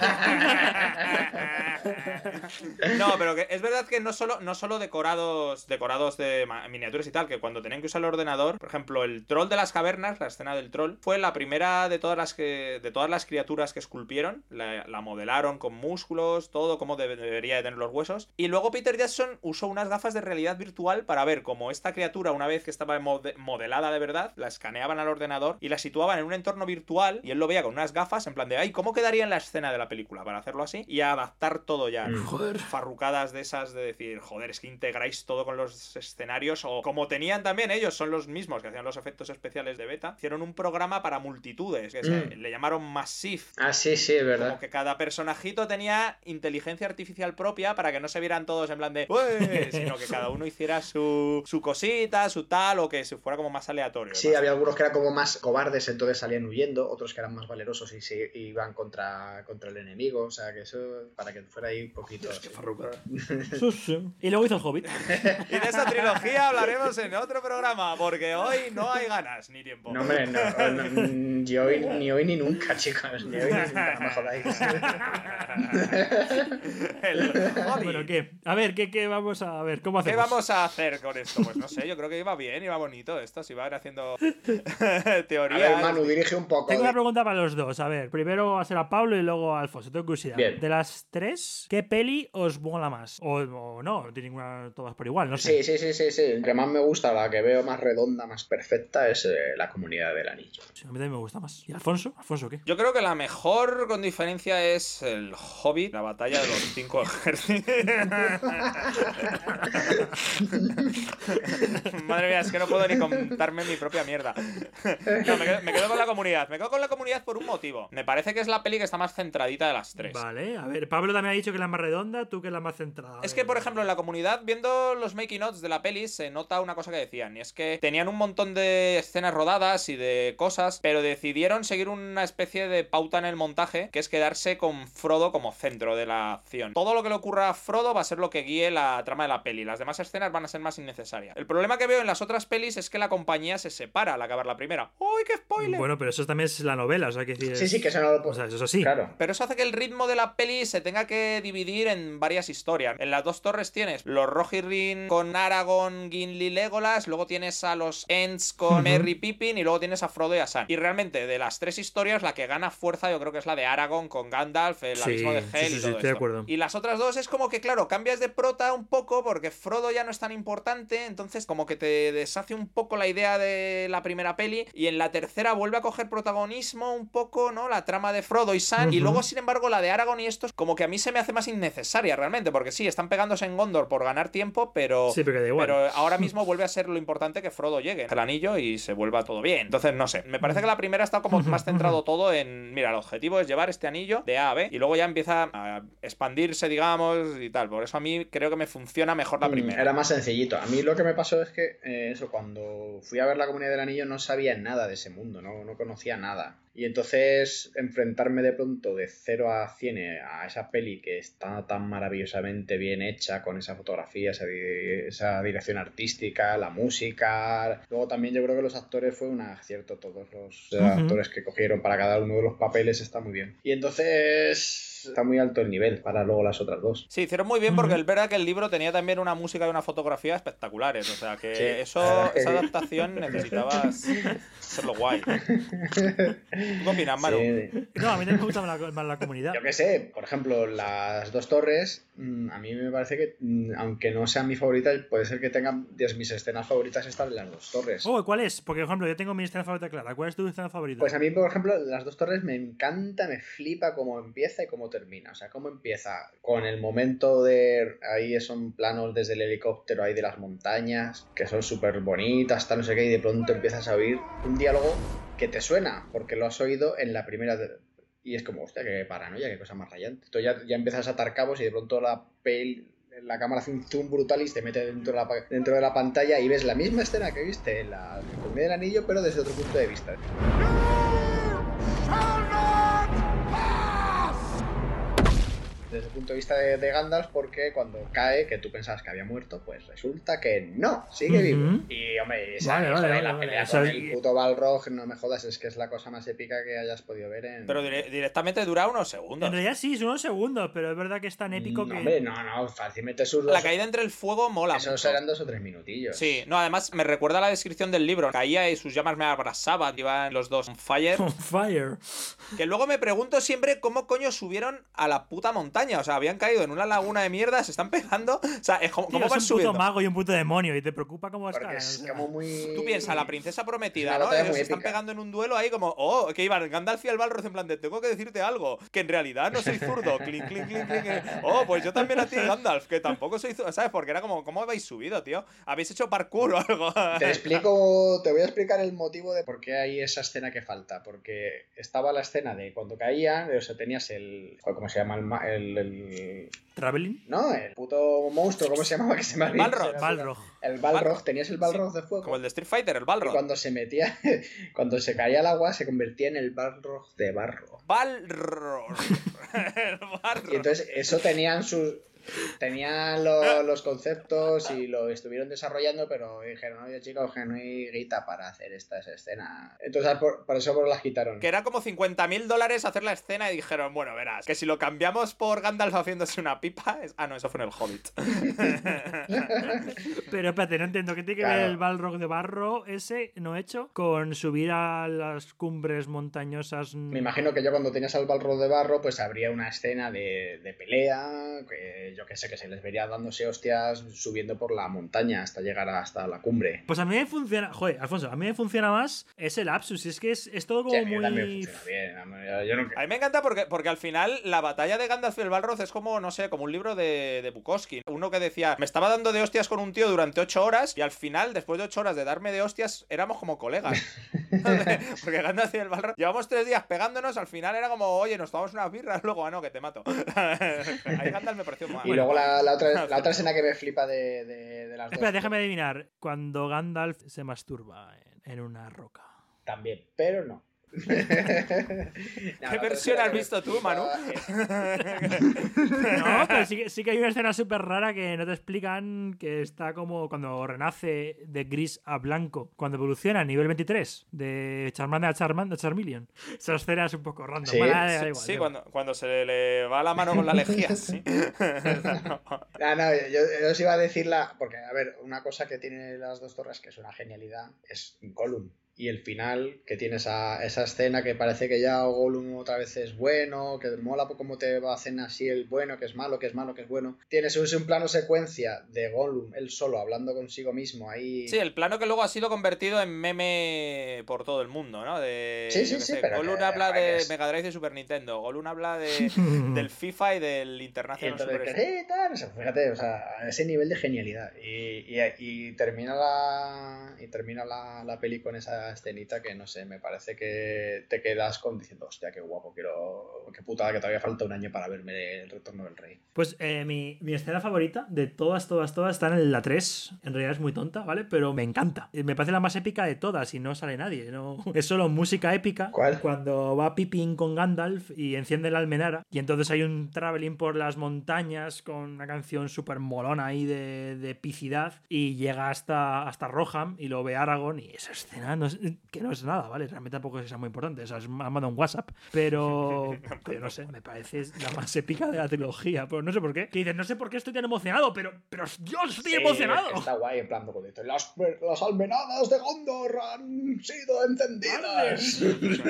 No, pero que es verdad que no solo decorados de miniaturas y tal, que cuando tenían que usar el ordenador, por ejemplo, el troll de las cavernas, la escena del troll, fue la primera de todas las criaturas que esculpieron, la modelaron con músculos, todo como debería de tener los huesos, y luego Peter Jackson usó unas gafas de realidad virtual para ver cómo esta criatura, una vez que estaba modelada de verdad, la escaneaban al ordenador y la situaban en un entorno virtual, y él lo veía con unas gafas en plan de, ay, ¿cómo quedaría en la escena de la película? Para hacerlo así y adaptar todo ya. Joder. Farrucadas de esas de decir, joder, es que integráis todo con los escenarios, o como tenían también ellos, son los mismos que hacían los efectos especiales de beta, hicieron un programa para multitudes, que le llamaron Massive. Ah, sí, es verdad. Como que cada personajito tenía inteligencia artificial propia para que no se vieran todos en plan de, ¡uey! Sino que cada uno hiciera su cosita, su tal, o que se fuera como más aleatorio. Sí, había algunos que eran como más cobardes, entonces salían huyendo, otros que eran más valerosos y se iban contra el enemigo, o sea que eso, para que fuera ahí un poquito... Dios, qué farruca. Sí. Y luego hizo el Hobbit. Y de esa trilogía hablaremos en otro programa, porque hoy no hay ganas ni tiempo. No, hombre, ni hoy ni nunca, chicos, ni hoy ni nunca, no me jodáis. Bueno, ¿qué? A ver, ¿qué vamos a ver? ¿Cómo hacemos? ¿Qué vamos a hacer con esto? Pues no sé, yo creo que iba bien, iba bonito esto, se iba a ir haciendo teorías. A ver, Manu, dirige un poco. Tengo una pregunta para los dos. A ver, primero va a ser a Pablo y luego a Alfonso. Tengo curiosidad. Bien. De las tres, ¿qué peli os mola más? O no tiene ninguna, todas por igual, no sé. Sí. El que más me gusta, la que veo más redonda, más perfecta, es La Comunidad del Anillo. Sí, a mí también me gusta más. ¿Y Alfonso? ¿Alfonso qué? Yo creo que la mejor, con diferencia, es el Hobbit, la batalla de los 5 ejércitos. Madre mía, es que no puedo ni contarme mi propia mierda. No, me quedo con La Comunidad. Me quedo con La Comunidad por un motivo. Me parece que es la peli que está más centradita de las tres. Vale, a ver, Pablo también ha dicho que es la más redonda, tú que es la más centrada. Es que, por ejemplo, en La Comunidad, viendo los making ofs de la peli, se nota una cosa que decían, y es que tenían un montón de escenas rodadas y de cosas, pero decidieron seguir una especie de pauta en el montaje, que es quedarse con Frodo como centro de la acción. Todo lo que le ocurra a Frodo va a ser lo que guíe la trama de la peli. Las demás escenas van a ser más innecesarias. El problema que veo en las otras pelis es que la compañía se separa al acabar la primera. ¡Uy, qué spoiler! Bueno, pero eso también es la novela, o sea, que decir... Sí, que eso no lo puedo... O sea, eso es así. Claro. Pero eso hace que el ritmo de la peli se tenga que dividir en varias historias. En las dos torres tienes los Rohirrim con Aragorn, Gimli, Legolas, luego tienes a los Ents con Merry, Pippin, y luego tienes a Frodo y a Sam. Y realmente de las 3 historias la que gana fuerza yo creo que es la de Aragorn con Gandalf, el abismo de Hel y todo estoy de acuerdo. esto. Y las otras 2 es como que, claro, cambias de prota un poco porque Frodo ya no es tan importante, entonces como que te deshace un poco la idea de la primera peli, y en la tercera vuelve a coger protagonismo un poco, ¿no? La trama de Frodo y Sam, y luego, sin embargo, la de Aragorn y estos como que a mí se me hace más innecesaria realmente, porque sí, están pegándose en Gondor por ganar tiempo, pero, sí, pero da igual. Pero ahora mismo vuelve a ser lo importante que Frodo llegue al anillo y se vuelva todo bien. Entonces, no sé, me parece que la primera está como más centrado todo en, mira, el objetivo es llevar este anillo de A a B, y luego ya empieza a expandirse, digamos, y tal. Por eso a mí creo que me funciona mejor la primera. Era más sencillito. A mí lo que me pasó es que eso, cuando fui a ver la Comunidad del Anillo no sabía nada de ese mundo, no conocía nada. Y entonces enfrentarme de pronto de 0 a 100 a esa peli que está tan maravillosamente bien hecha, con esa fotografía, esa dirección artística, la música. Luego también yo creo que los actores fue un acierto, todos los actores que cogieron para cada uno de los papeles está muy bien. Y entonces está muy alto el nivel para luego las otras 2. Sí, hicieron muy bien porque es verdad que el libro tenía también una música y una fotografía espectaculares, o sea que sí, esa adaptación necesitabas hacerlo guay. ¿Tú qué opinas, Manu? Sí. No, a mí también me gusta más la Comunidad. Yo qué sé, por ejemplo, las 2 torres, a mí me parece que, aunque no sean mis favoritas, puede ser que tengan mis escenas favoritas están en las 2 torres. Oh, ¿cuál es? Porque, por ejemplo, yo tengo mi escena favorita clara. ¿Cuál es tu escena favorita? Pues a mí, por ejemplo, las 2 torres me encanta, me flipa cómo empieza y cómo termina. O sea, cómo empieza con el momento de... Ahí son planos desde el helicóptero ahí de las montañas, que son súper bonitas, tal, no sé qué, y de pronto empiezas a oír un diálogo que te suena, porque lo has oído en la primera... Y es como, hostia, qué paranoia, qué cosa más rayante. Entonces ya empiezas a atar cabos y de pronto la cámara hace un zoom brutal y te mete dentro de la pantalla y ves la misma escena que viste en la Comunidad del Anillo, pero desde otro punto de vista. Desde el punto de vista de Gandalf, porque cuando cae, que tú pensabas que había muerto, pues resulta que no, sigue vivo. Y hombre, la pelea con el puto Balrog, no me jodas, es que es la cosa más épica que hayas podido ver en... Pero directamente dura unos segundos. En realidad sí, son unos segundos, pero es verdad que es tan épico que... Hombre, no, fácilmente sus La caída entre el fuego mola. Esos eran 2 o 3 minutillos. Sí, no, además me recuerda a la descripción del libro. Caía y sus llamas me abrasaban, iban los dos on fire. On fire. Que luego me pregunto siempre cómo coño subieron a la puta montaña. O sea, habían caído en una laguna de mierda, se están pegando. O sea, ¿cómo van subiendo? Un puto mago y un puto demonio y te preocupa cómo escalan. Es como muy... Tú piensas, la princesa prometida, ¿no? Ellos se están pegando en un duelo ahí como, oh, que iban Gandalf y el Balrog en plan de, tengo que decirte algo, que en realidad no soy zurdo. Clink, clink, clink, clink. Oh, pues yo también a ti, Gandalf, que tampoco soy zurdo. ¿Sabes? Porque era como, ¿cómo habéis subido, tío? ¿Habéis hecho parkour o algo? Te voy a explicar el motivo de por qué hay esa escena que falta. Porque estaba la escena de cuando caían, o sea, tenías ¿cómo se llama? El ¿Traveling? No, el puto monstruo, ¿cómo se llamaba? Que se me olvidó. Balrog. El Balrog, tenías el Balrog de fuego. Como el de Street Fighter, el Balrog. Y cuando se metía, cuando se caía al agua, se convertía en el Balrog de barro. Balrog. Y entonces, eso tenían los conceptos y lo estuvieron desarrollando, pero dijeron, oye chicos, que no hay guita para hacer esta escena. Entonces por eso las quitaron. Que era como $50,000 hacer la escena y dijeron, bueno, verás, que si lo cambiamos por Gandalf haciéndose una pipa... no, eso fue en el Hobbit. Pero espérate, no entiendo. ¿Qué tiene que ver el Balrog de barro ese, no hecho, con subir a las cumbres montañosas? Me imagino que yo cuando tenías al Balrog de barro, pues habría una escena de pelea, que yo que sé, que se les vería dándose hostias subiendo por la montaña hasta llegar hasta la cumbre. Pues a mí me funciona... Joder, Alfonso, a mí me funciona más ese lapsus. Es que es todo como muy... A mí también funciona bien. A mí me encanta porque al final la batalla de Gandalf y el Balrog es como, no sé, como un libro de Bukowski. Uno que decía, me estaba dando de hostias con un tío durante 8 horas y al final, después de 8 horas de darme de hostias, éramos como colegas. Porque Gandalf y el Balrog llevamos 3 días pegándonos, al final era como, oye, nos tomamos unas birras, luego, no, que te mato. Ahí Gandalf me pareció mal. Y luego la otra escena que me flipa de las dos. Espera, déjame adivinar. Cuando Gandalf se masturba en una roca. También, pero no. ¿Qué versión has visto tú, Manu? No, pero sí que hay una escena súper rara que no te explican, que está como cuando renace de gris a blanco, cuando evoluciona a nivel 23 de Charmander a Charmeleon. Esa escena es un poco random. Sí, sí, cuando se le va la mano con la lejía, sí. Yo os iba a decir porque, a ver, una cosa que tiene las dos torres que es una genialidad es Gollum. y el final, que tiene esa escena que parece que ya Gollum otra vez es bueno, que mola cómo te hacen así el bueno, que es malo, que es malo, que es bueno. Tienes un plano secuencia de Gollum, él solo, hablando consigo mismo ahí. Sí, el plano que luego ha sido convertido en meme por todo el mundo, ¿no? Sí, pero Gollum habla de Mega Drive y Super Nintendo, Gollum habla del FIFA y del International Super tal, o sea, fíjate, o sea, ese nivel de genialidad. Y termina la peli con esa escenita que, no sé, me parece que te quedas diciendo, hostia, qué guapo, qué putada, que todavía falta un año para verme El Retorno del Rey. Pues mi escena favorita de todas está en la 3. En realidad es muy tonta, ¿vale? Pero me encanta. Me parece la más épica de todas y no sale nadie. No... Es solo música épica. ¿Cuál? Cuando va Pippin con Gandalf y enciende la almenara. Y entonces hay un traveling por las montañas con una canción súper molona ahí de epicidad. Y llega hasta Rohan y lo ve Aragorn. Y esa escena que no es nada, ¿vale? Realmente tampoco es que sea muy importante. O sea, es mandado un WhatsApp. Pero no sé, me parece la más épica de la trilogía. Pero no sé por qué. Que dices, no sé por qué estoy tan emocionado, pero yo estoy emocionado. Está guay, en plan, las almenadas de Gondor han sido encendidas.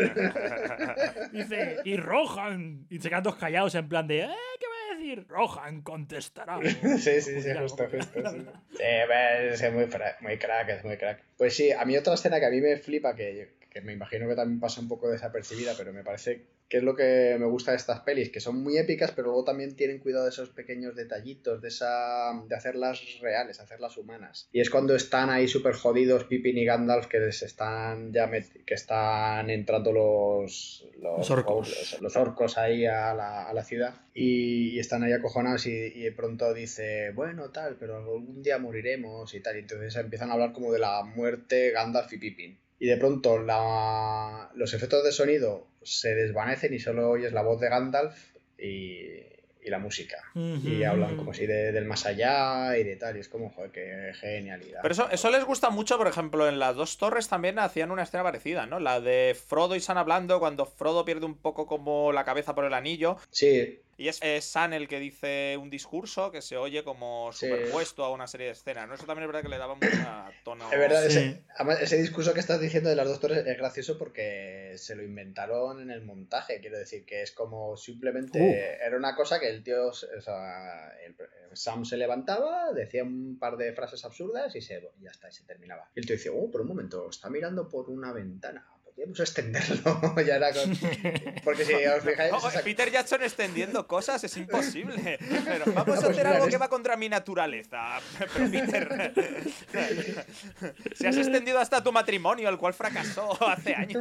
Dice, y Rohan. Y se quedan todos callados en plan de, ¿qué va a decir? Rohan contestará. Sí, justo. Sí, es muy crack. Pues sí, a mí otra escena que a mí me flipa, que me imagino que también pasa un poco desapercibida, pero me parece que es lo que me gusta de estas pelis, que son muy épicas, pero luego también tienen cuidado de esos pequeños detallitos, de hacerlas reales, hacerlas humanas. Y es cuando están ahí súper jodidos Pippin y Gandalf, que están entrando los orcos ahí a la ciudad, y están ahí acojonados y de pronto dice, bueno, tal, pero algún día moriremos y tal, y entonces empiezan a hablar como de la muerte Gandalf y Pippin. Y de pronto los efectos de sonido se desvanecen y solo oyes la voz de Gandalf y la música. Y hablan como si del más allá y de tal. Y es como, joder, qué genialidad. Pero eso les gusta mucho, por ejemplo, en las Dos Torres también hacían una escena parecida, ¿no? La de Frodo y Sam hablando cuando Frodo pierde un poco como la cabeza por el anillo. Sí. Y es Sam el que dice un discurso que se oye como superpuesto a una serie de escenas, ¿no? Eso también es verdad que le daba mucho tono. Es verdad, ese discurso que estás diciendo de las Dos Torres es gracioso porque se lo inventaron en el montaje. Quiero decir que es como simplemente era una cosa que el tío, Sam se levantaba, decía un par de frases absurdas y ya está, y se terminaba. Y el tío dice, pero un momento, está mirando por una ventana. Podríamos extenderlo. Ya era porque si os fijáis... Peter Jackson extendiendo cosas es imposible. Pero vamos a hacer algo que va contra mi naturaleza. Pero Peter... Si has extendido hasta tu matrimonio, el cual fracasó hace años.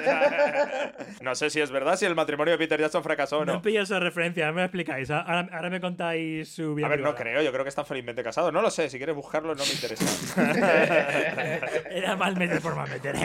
No sé si es verdad si el matrimonio de Peter Jackson fracasó o no. No pillo esa referencia, me explicáis. Ahora me contáis su vida. A ver, no creo, yo creo que están felizmente casados. No lo sé, si quieres buscarlo no me interesa. Era mal meter por mal meter.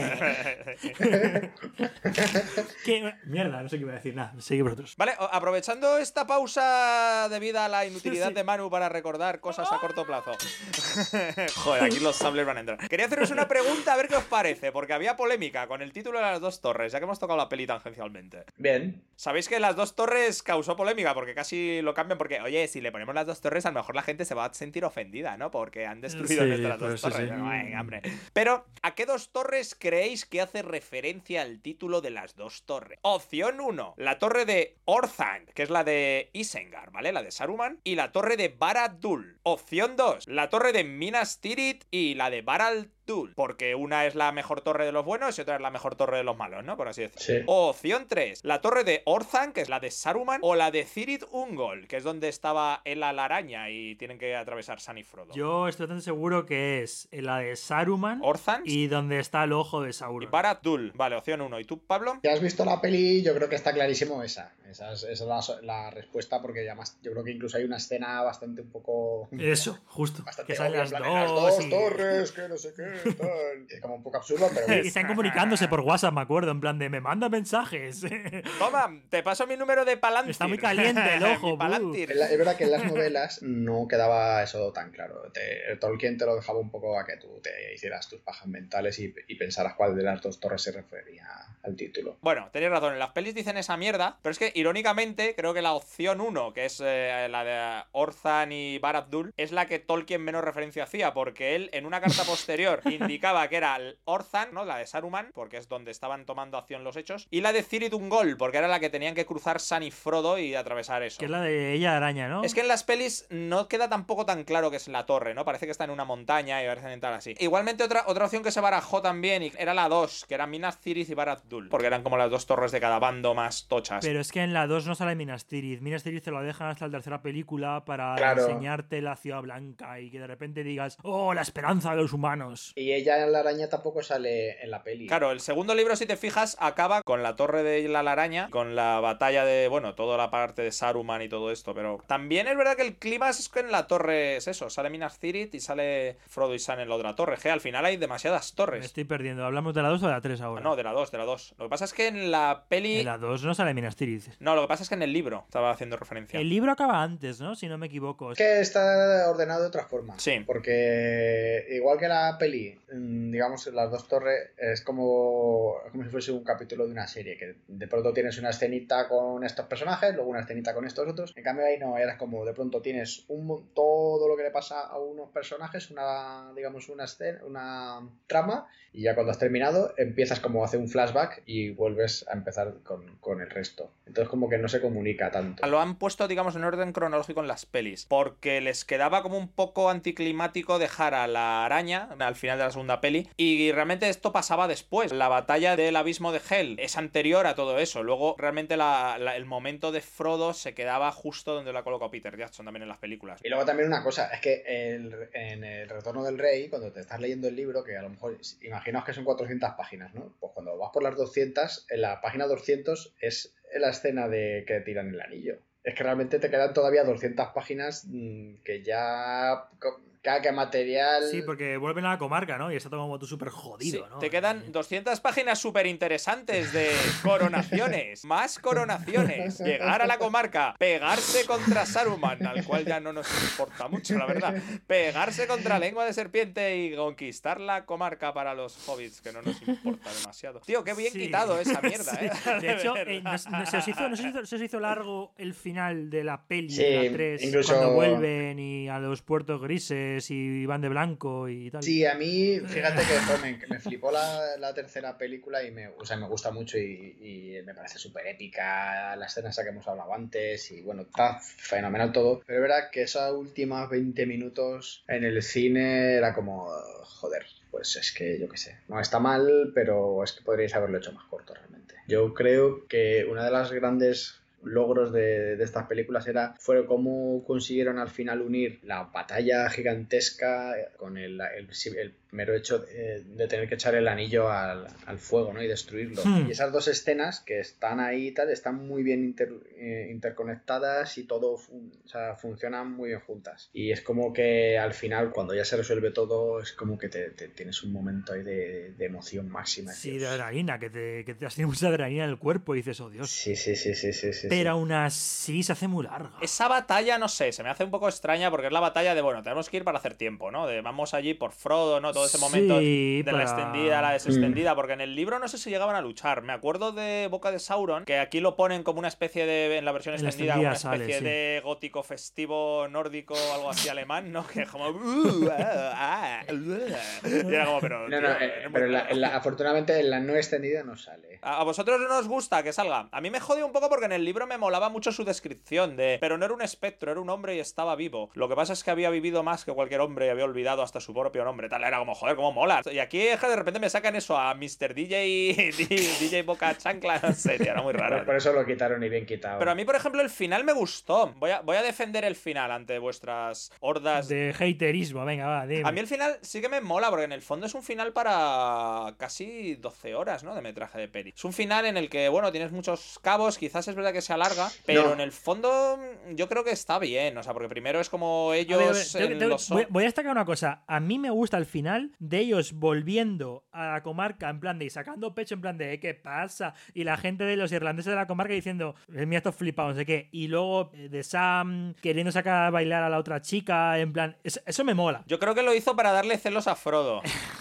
¿Qué? Mierda, no sé qué iba a decir. Nada, seguid vosotros. Vale, aprovechando esta pausa debido a la inutilidad de Manu para recordar cosas a corto plazo. Joder, aquí los sables van a entrar. Quería haceros una pregunta a ver qué os parece, porque había polémica con el título de Las Dos Torres, ya que hemos tocado la peli tangencialmente. Bien. Sabéis que Las Dos Torres causó polémica, porque casi lo cambian, porque, oye, si le ponemos Las Dos Torres, a lo mejor la gente se va a sentir ofendida, ¿no? Porque han destruido nuestras Dos Torres. Sí. Ay, hombre. Pero, ¿a qué Dos Torres creéis que hace referencia al título de Las Dos Torres? Opción 1, la torre de Orthanc, que es la de Isengard, ¿vale? La de Saruman. Y la torre de Barad-dûr. Opción 2, la torre de Minas Tirith y la de Barad-dûr, porque una es la mejor torre de los buenos y otra es la mejor torre de los malos, ¿no? Por así decirlo. Sí. Opción 3, la torre de Orthanc, que es la de Saruman, o la de Cirith Ungol, que es donde estaba Ela la araña y tienen que atravesar Sam y Frodo. Yo estoy tan seguro que es la de Saruman, Orthanc y donde está el ojo de Sauron. Y Barad-dûr. Vale, opción 1. ¿Y tú, Pablo? Ya has visto la peli, yo creo que está clarísimo esa. Esa es la respuesta, porque además yo creo que incluso hay una escena bastante un poco... Eso, justo. Bastante que salen obvia, las dos torres, que no sé qué, tal. Es como un poco absurdo, pero... Y están comunicándose por WhatsApp, me acuerdo, en plan de me manda mensajes. Toma, te paso mi número de Palantir. Está muy caliente el ojo. Palantir. Es verdad que en las novelas no quedaba eso tan claro. Tolkien te lo dejaba un poco a que tú te hicieras tus pajas mentales y pensaras cuál de las dos torres se refería al título. Bueno, tenéis razón, en las pelis dicen esa mierda, pero es que irónicamente creo que la opción 1, que es la de Orthanc y Barad-dûr, es la que Tolkien menos referencia hacía, porque él en una carta posterior indicaba que era Orthan, ¿no? La de Saruman, porque es donde estaban tomando acción los hechos, y la de Cirith Ungol, porque era la que tenían que cruzar Sam y Frodo y atravesar eso. Que es la de ella araña, ¿no? Es que en las pelis no queda tampoco tan claro que es la torre, ¿no? Parece que está en una montaña y parecen tal así. Igualmente otra opción que se barajó también y era la 2, que eran Minas Tirith y Barad Dûl, porque eran como las dos torres de cada bando más tochas. Pero es que en la 2 no sale Minas Tirith. Minas Tirith te lo dejan hasta la tercera película para enseñarte la ciudad blanca y que de repente digas, ¡oh, la esperanza de los humanos! Y ella en la araña tampoco sale en la peli. Claro, el segundo libro, si te fijas, acaba con la torre de la araña, con la batalla de, bueno, toda la parte de Saruman y todo esto, pero también es verdad que el clima es que en la torre es eso, sale Minas Tirith y sale Frodo y Sam en la otra torre, que al final hay demasiadas torres. Me estoy perdiendo, ¿hablamos de la 2 o de la 3 ahora? No, de la 2, de la 2. Lo que pasa es que en la peli... En la 2 no sale Minas Tirith. No, lo que pasa es que en el libro estaba haciendo referencia. El libro acaba antes, ¿no? Si no me equivoco. Es que está ordenado de otra forma. Sí. Porque igual que la peli, digamos, las dos torres es como si fuese un capítulo de una serie, que de pronto tienes una escenita con estos personajes, luego una escenita con estos otros. En cambio ahí no, era como de pronto tienes todo lo que le pasa a unos personajes, una escena, una trama, y ya cuando has terminado empiezas como a hacer un flashback y vuelves a empezar con el resto. Entonces como que no se comunica tanto. Lo han puesto, digamos, en orden cronológico en las pelis, porque les quedaba como un poco anticlimático dejar a la araña al final de la segunda peli, y realmente esto pasaba después. La batalla del abismo de Hel es anterior a todo eso. Luego realmente el momento de Frodo se quedaba justo donde lo ha colocado Peter Jackson también en las películas. Y luego también una cosa, es que en el Retorno del Rey, cuando te estás leyendo el libro, que a lo mejor, imaginaos que son 400 páginas, ¿no? Pues cuando vas por las 200, en la página 200 es la escena de que tiran el anillo. Es que realmente te quedan todavía 200 páginas que ya... que material... Sí, porque vuelven a la comarca, ¿no? Y está todo como tú súper jodido, sí, ¿no? Te quedan 200 páginas súper interesantes de coronaciones. Más coronaciones. Llegar a la comarca. Pegarse contra Saruman, al cual ya no nos importa mucho, la verdad. Pegarse contra Lengua de Serpiente y conquistar la comarca para los hobbits, que no nos importa demasiado. Tío, qué bien quitado esa mierda, sí. De hecho, se os hizo largo el final de la peli de la 3, incluso... cuando vuelven y a los puertos grises y van de blanco y tal. Sí, a mí, fíjate que me flipó la tercera película y me gusta mucho y me parece súper épica la escena esa que hemos hablado antes y bueno, está fenomenal todo, pero es verdad que esos últimos 20 minutos en el cine era como, joder, pues es que yo qué sé, no está mal, pero es que podríais haberlo hecho más corto realmente. Yo creo que una de las grandes logros de estas películas fue cómo consiguieron al final unir la batalla gigantesca con el mero hecho de tener que echar el anillo al fuego, ¿no? Y destruirlo. Y esas dos escenas que están ahí y tal, están muy bien interconectadas y todo funcionan muy bien juntas. Y es como que al final, cuando ya se resuelve todo, es como que te tienes un momento ahí de emoción máxima. Sí, de adrenalina, que te has tenido mucha adrenalina en el cuerpo y dices, oh Dios. Sí. Pero aún así se hace muy larga. Esa batalla, no sé, se me hace un poco extraña porque es la batalla de, bueno, tenemos que ir para hacer tiempo, ¿no? De vamos allí por Frodo, ¿no? Todo ese momento de la extendida a la desextendida, porque en el libro no sé si llegaban a luchar. Me acuerdo de Boca de Sauron, que aquí lo ponen como una especie de, en la versión extendida, una especie de gótico festivo nórdico, algo así alemán, ¿no? Que como... y era como, pero... Afortunadamente en la no extendida no sale. ¿A vosotros no os gusta que salga? A mí me jode un poco porque en el libro me molaba mucho su descripción de... Pero no era un espectro, era un hombre y estaba vivo. Lo que pasa es que había vivido más que cualquier hombre y había olvidado hasta su propio nombre. Tal, era como, joder, cómo mola. Y aquí de repente me sacan eso a Mr. DJ Boca Chancla, no sé, tío, era muy raro. Por eso lo quitaron y bien quitado. Pero a mí, por ejemplo, el final me gustó. Voy a defender el final ante vuestras hordas de haterismo. Venga, va, dime. A mí el final sí que me mola, porque en el fondo es un final para casi 12 horas, ¿no? De metraje de peli. Es un final en el que, bueno, tienes muchos cabos, quizás es verdad que se alarga, pero en el fondo yo creo que está bien, o sea, porque primero es como ellos... Voy a destacar una cosa. A mí me gusta el final de ellos volviendo a la comarca en plan de y sacando pecho en plan de ¿qué pasa? Y la gente de los irlandeses de la comarca diciendo mira estos flipados, no sé qué. Y luego de Sam queriendo sacar a bailar a la otra chica en plan... Eso me mola. Yo creo que lo hizo para darle celos a Frodo.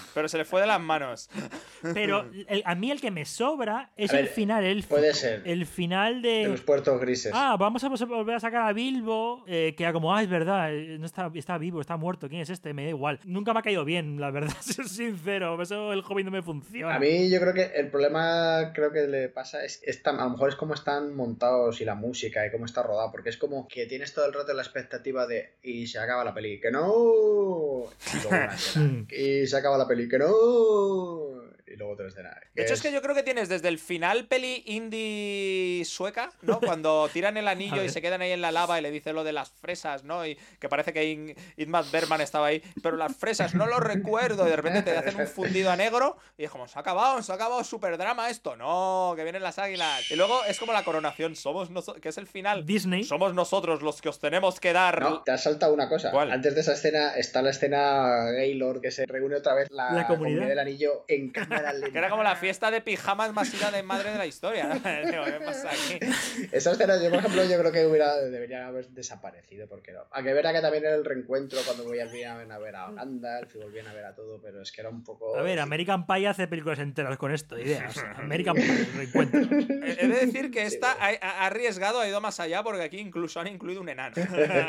pero se le fue de las manos. Pero a mí el que me sobra es A ver, el final. puede ser. El final De los puertos grises. vamos a volver a sacar a Bilbo, que era como, es verdad, no está vivo, está muerto, ¿quién es este? Me da igual. Nunca me ha caído bien, la verdad, si soy sincero. Eso el Hobbit no me funciona. A mí yo creo que el problema creo que le pasa es a lo mejor es cómo están montados y la música y cómo está rodado, porque es como que tienes todo el rato la expectativa de y se acaba la peli, que no, y luego una escena, y se acaba la peli, que no, y luego otra escena. De hecho, es que yo creo que tienes desde el final peli indie sueca, ¿no? Cuando tiran el anillo y se quedan ahí en la lava y le dice lo de las fresas, ¿no? Y que parece que Ingmar Bergman estaba ahí, pero las fresas no lo recuerdo, y de repente te hacen un fundido a negro y es como, se ha acabado súper drama esto, no, que vienen las águilas. Y luego es como la coronación, somos nosotros, que es el final. Disney. Somos nosotros los que os tenemos que dar. No, te has saltado una cosa. ¿Cuál? Antes de esa escena está la escena Gaylord, que se reúne otra vez la comunidad del anillo en cámara lenta. Que era como la fiesta de pijamas más ida de madre de la historia, ¿no? Digo, ¿qué pasa aquí? Esa escena, yo por ejemplo, yo creo que debería haber desaparecido, porque no. Aunque verá que también era el reencuentro cuando volvían a ver a Gandalf y volvían a ver a todo, pero es que era un poco... A ver, American Pie hace películas enteras con esto, ideas. American Pie, el reencuentro. He de decir que esta ha arriesgado, ha ido más allá, porque aquí incluso han incluido un enano. ¿Te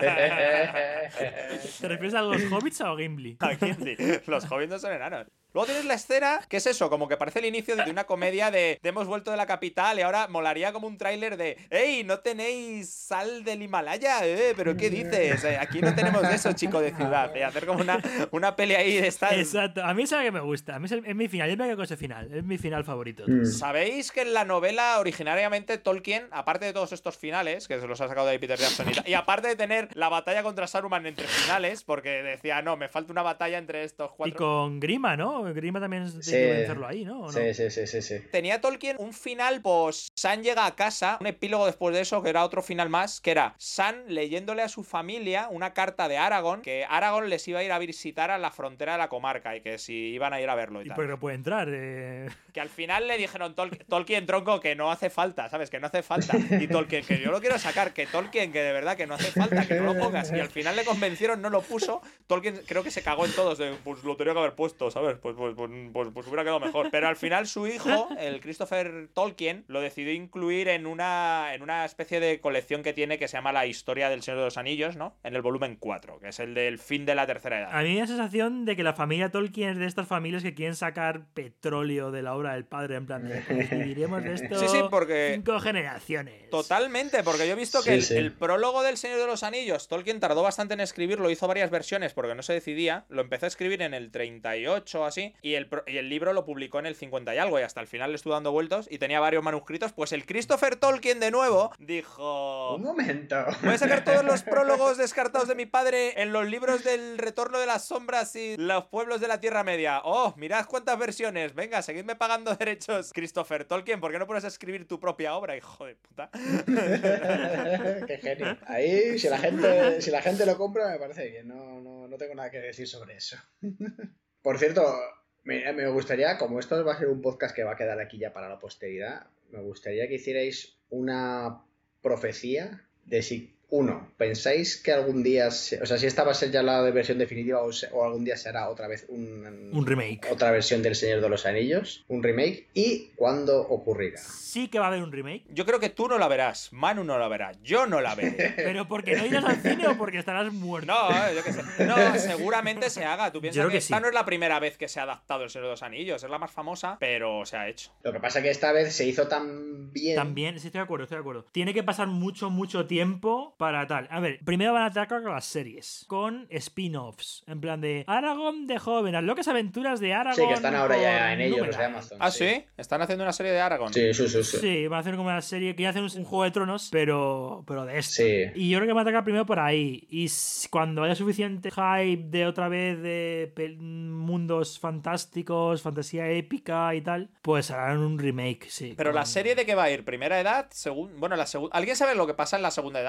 refieres a los hobbits o a Gimli? A Gimli. Los hobbits no son enanos. Luego tienes la escena, que es eso, como que parece el inicio de una comedia de hemos vuelto de la capital y ahora molaría como un tráiler de ¡Ey, no tenéis sal del Himalaya! ¿Pero qué dices? Aquí no tenemos eso, chico de ciudad. Hacer como una peli ahí de estas. Exacto, a mí es la que me gusta. A mí es mi final, yo me quedo con ese final. Es mi final favorito. ¿Sabéis que en la novela originariamente Tolkien, aparte de todos estos finales, que se los ha sacado de ahí Peter Jackson y aparte de tener la batalla contra Saruman entre finales, porque decía, no, me falta una batalla entre estos cuatro... Y con Grima, ¿no? Grima también tiene que vencerlo ahí, ¿no? ¿O no? Sí. Tenía Tolkien un final, pues Sam llega a casa, un epílogo después de eso, que era otro final más, que era Sam leyéndole a su familia una carta de Aragorn, que Aragorn les iba a ir a visitar a la frontera de la comarca y que si iban a ir a verlo y tal. ¿Y por qué no puede entrar? Que al final le dijeron Tolkien, tronco, que no hace falta, ¿sabes? Que no hace falta. Y Tolkien, que yo lo quiero sacar, que Tolkien, que de verdad que no hace falta, que no lo pongas. Y al final le convencieron, no lo puso. Tolkien creo que se cagó en todos, pues lo tenía que haber puesto, ¿sabes? Pues hubiera quedado mejor. Pero al final su hijo, el Christopher Tolkien, lo decidió incluir en una especie de colección que tiene que se llama La Historia del Señor de los Anillos, ¿no? En el volumen 4, que es el del fin de la tercera edad. A mí me da la sensación de que la familia Tolkien es de estas familias que quieren sacar petróleo de la obra del padre, en plan de pues viviremos de esto sí, porque 5 generaciones. Totalmente, porque yo he visto que el prólogo del Señor de los Anillos, Tolkien tardó bastante en escribirlo, hizo varias versiones porque no se decidía, lo empezó a escribir en el 38 o así, y el libro lo publicó en el 50 y algo, y hasta el final le estuvo dando vueltos y tenía varios manuscritos. Pues el Christopher Tolkien de nuevo dijo: un momento, voy a sacar todos los prólogos descartados de mi padre en los libros del Retorno de las Sombras y los pueblos de la Tierra Media. Oh, mirad cuántas versiones, venga, seguidme pagando derechos. Christopher Tolkien, ¿por qué no puedes escribir tu propia obra, hijo de puta? Qué genio. Ahí, si la gente lo compra, me parece bien. No tengo nada que decir sobre eso. Por cierto, me gustaría, como esto va a ser un podcast que va a quedar aquí ya para la posteridad, me gustaría que hicierais una profecía de si, uno, ¿pensáis que algún día, o sea, si esta va a ser ya la versión definitiva o algún día se hará otra vez un remake? Otra versión del Señor de los Anillos, un remake, y cuándo ocurrirá? Sí que va a haber un remake. Yo creo que tú no la verás, Manu no la verá, yo no la veré. ¿Pero porque no irás al cine o porque estarás muerto? No, yo qué sé. No, seguramente se haga. Tú piensas que esta sí. no es la primera vez que se ha adaptado El Señor de los Anillos, es la más famosa, pero se ha hecho. Lo que pasa es que esta vez se hizo tan bien. También, sí, estoy de acuerdo. Tiene que pasar mucho tiempo para tal. A ver, primero van a atacar con las series, con spin-offs, en plan de Aragorn de joven, las locas aventuras de Aragorn. Sí, que están ahora ya en ellos, los de Amazon. ¿Ah, sí? ¿Están haciendo una serie de Aragorn? Sí. Sí, van a hacer como una serie que hacen un Juego de Tronos, pero de esto. Sí. Y yo creo que van a atacar primero por ahí. Y cuando haya suficiente hype de otra vez de mundos fantásticos, fantasía épica y tal, pues harán un remake, sí. Pero la serie de qué va a ir, primera edad, bueno, ¿alguien sabe lo que pasa en la segunda edad? ¿Tú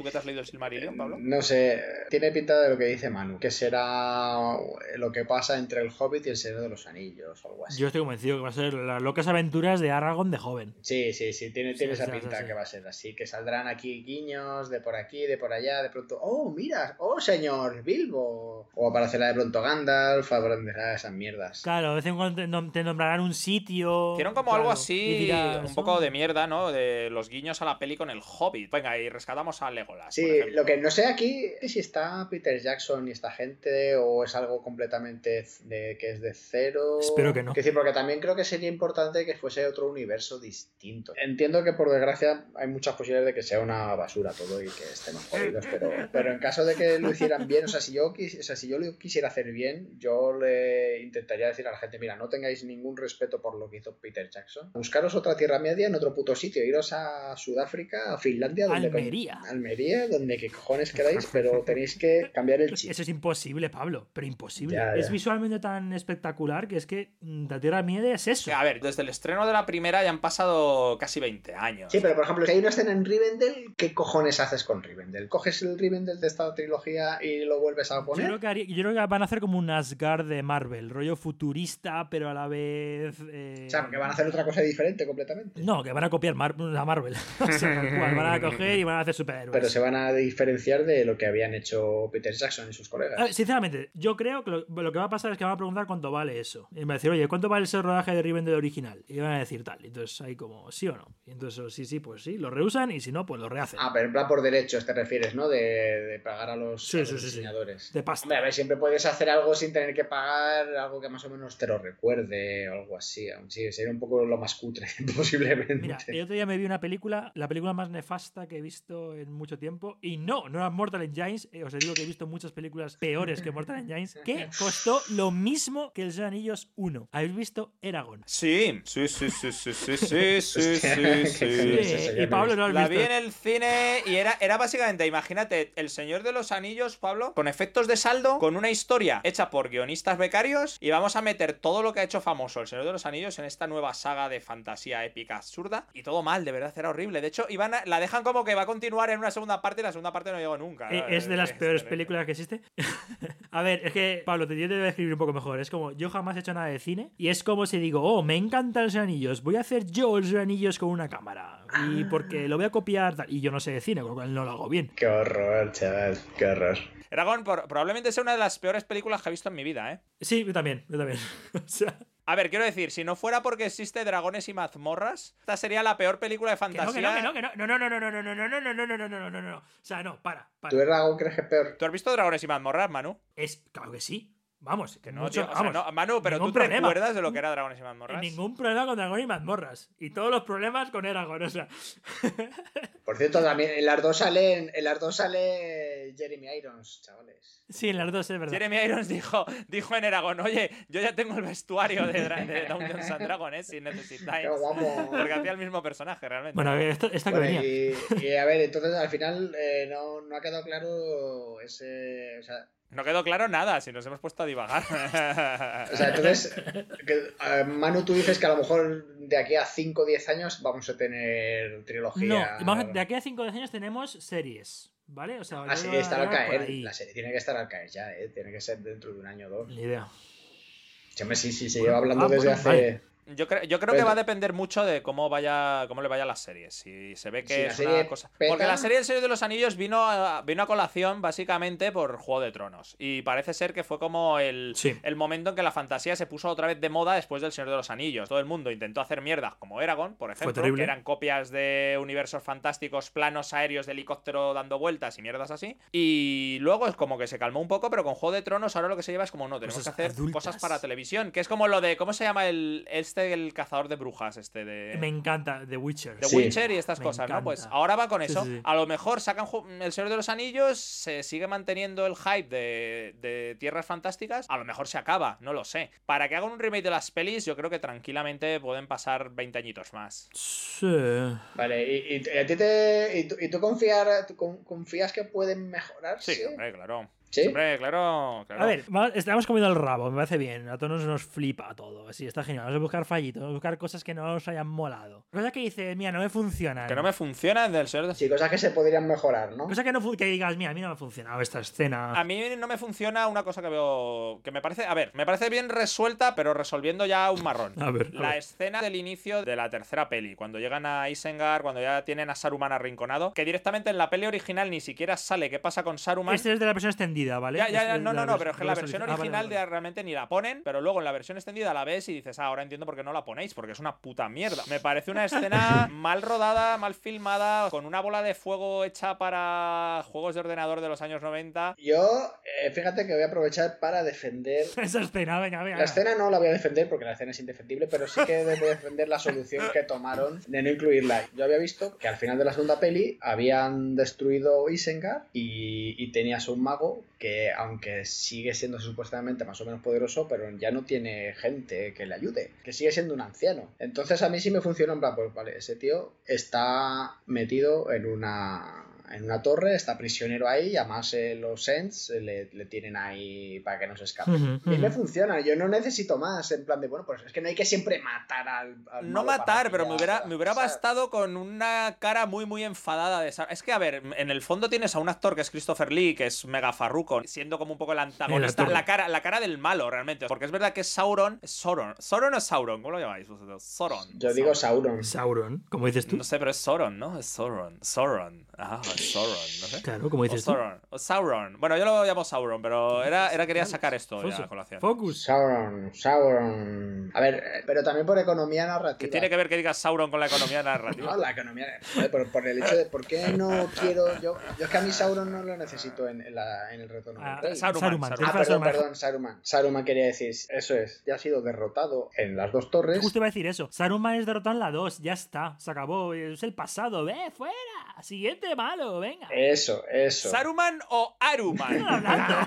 que te has leído el Silmarillion, Pablo? No sé, tiene pinta de lo que dice Manu, que será lo que pasa entre el Hobbit y el Señor de los Anillos o algo así. Yo estoy convencido que va a ser las locas aventuras de Aragorn de joven. Sí, tiene esa sí, pinta sí. que va a ser así, que saldrán aquí guiños de por aquí, de por allá, de pronto, oh, mira, oh, señor Bilbo. O aparecerá de pronto Gandalf, aparecerá esas mierdas. Claro, de vez en cuando te nombrarán un sitio. Hicieron como claro, algo y así, dirás, un poco "Oh". de mierda, ¿no? De los guiños a la peli con el Hobbit. Venga, y rescatamos a Legolas, por Sí, ejemplo. lo que no sé aquí es si está Peter Jackson y esta gente o es algo completamente que es de cero. Espero que no. Es decir, porque también creo que sería importante que fuese otro universo distinto. Entiendo que por desgracia hay muchas posibilidades de que sea una basura todo y que estemos jodidos, pero en caso de que lo hicieran bien, o sea, si yo lo quisiera hacer bien, yo le intentaría decir a la gente, mira, no tengáis ningún respeto por lo que hizo Peter Jackson. Buscaros otra Tierra Media en otro puto sitio, iros a Sudáfrica, a Finlandia, Almería, donde que cojones queráis, pero tenéis que cambiar el chip. Eso es imposible, Pablo, pero imposible. Ya. Es visualmente tan espectacular que es que la Tierra Media es eso. A ver, desde el estreno de la primera ya han pasado casi 20 años. Sí, pero por ejemplo, si hay una escena en Rivendell, ¿qué cojones haces con Rivendell? ¿Coges el Rivendell de esta trilogía y lo vuelves a poner? Yo creo que van a hacer como un Asgard de Marvel, rollo futurista, pero a la vez... O sea, que van a hacer otra cosa diferente completamente. No, que van a copiar a Marvel. O sea, tal cual, van a coger y van a hacer superhéroes. Pero se van a diferenciar de lo que habían hecho Peter Jackson y sus colegas. Sinceramente, yo creo que lo que va a pasar es que van a preguntar cuánto vale eso. Y me van a decir, oye, ¿cuánto vale ese rodaje de Rivendell original? Y van a decir tal. Entonces hay como, ¿sí o no? Y entonces, sí, pues sí, lo reusan y si no, pues lo rehacen. Ah, pero en plan por derechos te refieres, ¿no? De pagar a los diseñadores. Sí. De pasta. Hombre, a ver, siempre puedes hacer algo sin tener que pagar algo que más o menos te lo recuerde o algo así. Aún sí, sería un poco lo más cutre, posiblemente. Mira, el otro día me vi una película, la película más nefasta que he visto en mucho tiempo. Y no era Mortal Engines. Os digo que he visto muchas películas peores que Mortal Engines, que costó lo mismo que el Señor de los Anillos 1. ¿Habéis visto Eragon? Sí. Y Pablo no lo La has vi visto. en el cine y era básicamente, imagínate, El Señor de los Anillos, Pablo, con efectos de saldo, con una historia hecha por guionistas becarios y vamos a meter todo lo que ha hecho famoso El Señor de los Anillos en esta nueva saga de fantasía épica absurda y todo mal, de verdad, era horrible. De hecho, la dejan como que va a continuar en una segunda parte y la segunda parte no llegó nunca. Es de las peores películas que existe. A ver, es que, Pablo, yo te voy a describir un poco mejor. Es como, yo jamás he hecho nada de cine y es como si digo, oh, me encantan los anillos, voy a hacer yo los anillos con una cámara y porque lo voy a copiar tal. Y yo no sé de cine, con lo cual no lo hago bien. Qué horror, chaval, qué horror. Eragon probablemente sea una de las peores películas que he visto en mi vida, ¿eh? Sí, yo también. O sea... A ver, quiero decir, si no fuera porque existe Dragones y Mazmorras, esta sería la peor película de fantasía. No. O sea, no, para. ¿Tú Eragon crees que es peor? ¿Tú has visto Dragones y Mazmorras, Manu? Claro que sí. Vamos, Que no, mucho, tío, o sea, vamos, no, Manu, pero ningún ¿tú te problema. acuerdas de lo que era Dragones y Mazmorras? Ningún problema con Dragon y Mazmorras. Y todos los problemas con Eragon, o sea. Por cierto, también en las dos sale Jeremy Irons, chavales. Sí, en las dos es verdad. Jeremy Irons dijo en Eragon, oye, yo ya tengo el vestuario de Dungeons and Dragons, si necesitáis. Qué guapo. Porque hacía el mismo personaje, realmente. Bueno, esta que Bueno, venía. y a ver, entonces al final no ha quedado claro ese... O sea, no quedó claro nada, si nos hemos puesto a divagar. O sea, entonces, Manu, tú dices que a lo mejor de aquí a 5 o 10 años vamos a tener trilogía. No, de aquí a 5 o 10 años tenemos series, ¿vale? O sea, sí, está al caer. La serie tiene que estar al caer ya, ¿eh? Tiene que ser dentro de un año o dos. Ni idea. Sí, se lleva hablando desde hace... Vale. Yo creo que va a depender mucho de cómo le vaya a las series. Si se ve que es una cosa. Peta... Porque la serie del Señor de los Anillos vino a colación básicamente por Juego de Tronos. Y parece ser que fue como el momento en que la fantasía se puso otra vez de moda después del Señor de los Anillos. Todo el mundo intentó hacer mierdas como Eragon, por ejemplo, que eran copias de universos fantásticos, planos aéreos de helicóptero dando vueltas y mierdas así. Y luego es como que se calmó un poco, pero con Juego de Tronos ahora lo que se lleva es como no, tenemos que hacer cosas para televisión. Que es como lo de, ¿cómo se llama el cazador de brujas de... Me encanta, The Witcher. The Witcher y estas cosas, encanta. ¿no? Pues ahora va con eso. Sí. A lo mejor sacan El Señor de los Anillos, se sigue manteniendo el hype de Tierras Fantásticas, a lo mejor se acaba, no lo sé. Para que hagan un remake de las pelis, yo creo que tranquilamente pueden pasar 20 añitos más. Sí. Vale, ¿y tú confías que pueden mejorar? Sí, hombre, claro. ¿Sí? Hombre, claro. A ver, estamos comiendo el rabo, me parece bien. A todos nos flipa todo. Así, está genial. Vamos a buscar fallitos, vamos a buscar cosas que no nos hayan molado. Cosas que dices, mira, no me funcionan. Que no me funcionan del Señor de... Sí, cosas que se podrían mejorar, ¿no? Cosas que digas, mira, a mí no me ha funcionado esta escena. A mí no me funciona una cosa que veo que me parece, a ver, me parece bien resuelta, pero resolviendo ya un marrón. A ver. La escena del inicio de la tercera peli, cuando llegan a Isengard, cuando ya tienen a Saruman arrinconado, que directamente en la peli original ni siquiera sale qué pasa con Saruman. Este es de la versión extendida, ¿vale? No, pero es que la versión original vale. realmente ni la ponen, pero luego en la versión extendida la ves y dices, ahora entiendo por qué no la ponéis, porque es una puta mierda. Me parece una escena mal rodada, mal filmada, con una bola de fuego hecha para juegos de ordenador de los años 90. Yo, fíjate que voy a aprovechar para defender... Esa escena, venga. La escena no la voy a defender porque la escena es indefendible, pero sí que debo defender la solución que tomaron de no incluirla. Yo había visto que al final de la segunda peli habían destruido Isengard y tenías un mago que, aunque sigue siendo supuestamente más o menos poderoso, pero ya no tiene gente que le ayude, que sigue siendo un anciano. Entonces a mí sí me funcionó en plan, pues vale, ese tío está metido en una torre, está prisionero ahí, y además los Ents le tienen ahí para que no se escape. Y me funciona, yo no necesito más, en plan de, bueno, pues es que no hay que siempre matar al no matar, pero me hubiera bastado con una cara muy, muy enfadada de Sauron. Es que, a ver, en el fondo tienes a un actor que es Christopher Lee, que es mega farruco, siendo como un poco el antagonista, la cara del malo, realmente. Porque es verdad que Sauron, ¿Sauron o Sauron? ¿Cómo lo llamáis vosotros? Sauron. Yo digo Sauron. Sauron, ¿cómo dices tú? No sé, pero es Sauron, ¿no? Es Sauron. Ah, Sauron, no sé. Claro, como dices o Sauron. Bueno, yo lo llamo Sauron, pero quería sacar esto ya a colación. Focus. Sauron. A ver, pero también por economía narrativa. ¿Qué tiene que ver que digas Sauron con la economía narrativa? No, la economía. Por el hecho de por qué no quiero. Yo es que a mí Sauron no lo necesito en el retorno del rey. Saruman. Perdón, Saruman. Saruman quería decir, eso es, ya ha sido derrotado en las dos torres. Justo iba a decir eso. Saruman es derrotado en la 2, ya está, se acabó, es el pasado, ve, fuera. Siguiente malo, venga. Eso. ¿Saruman o Aruman?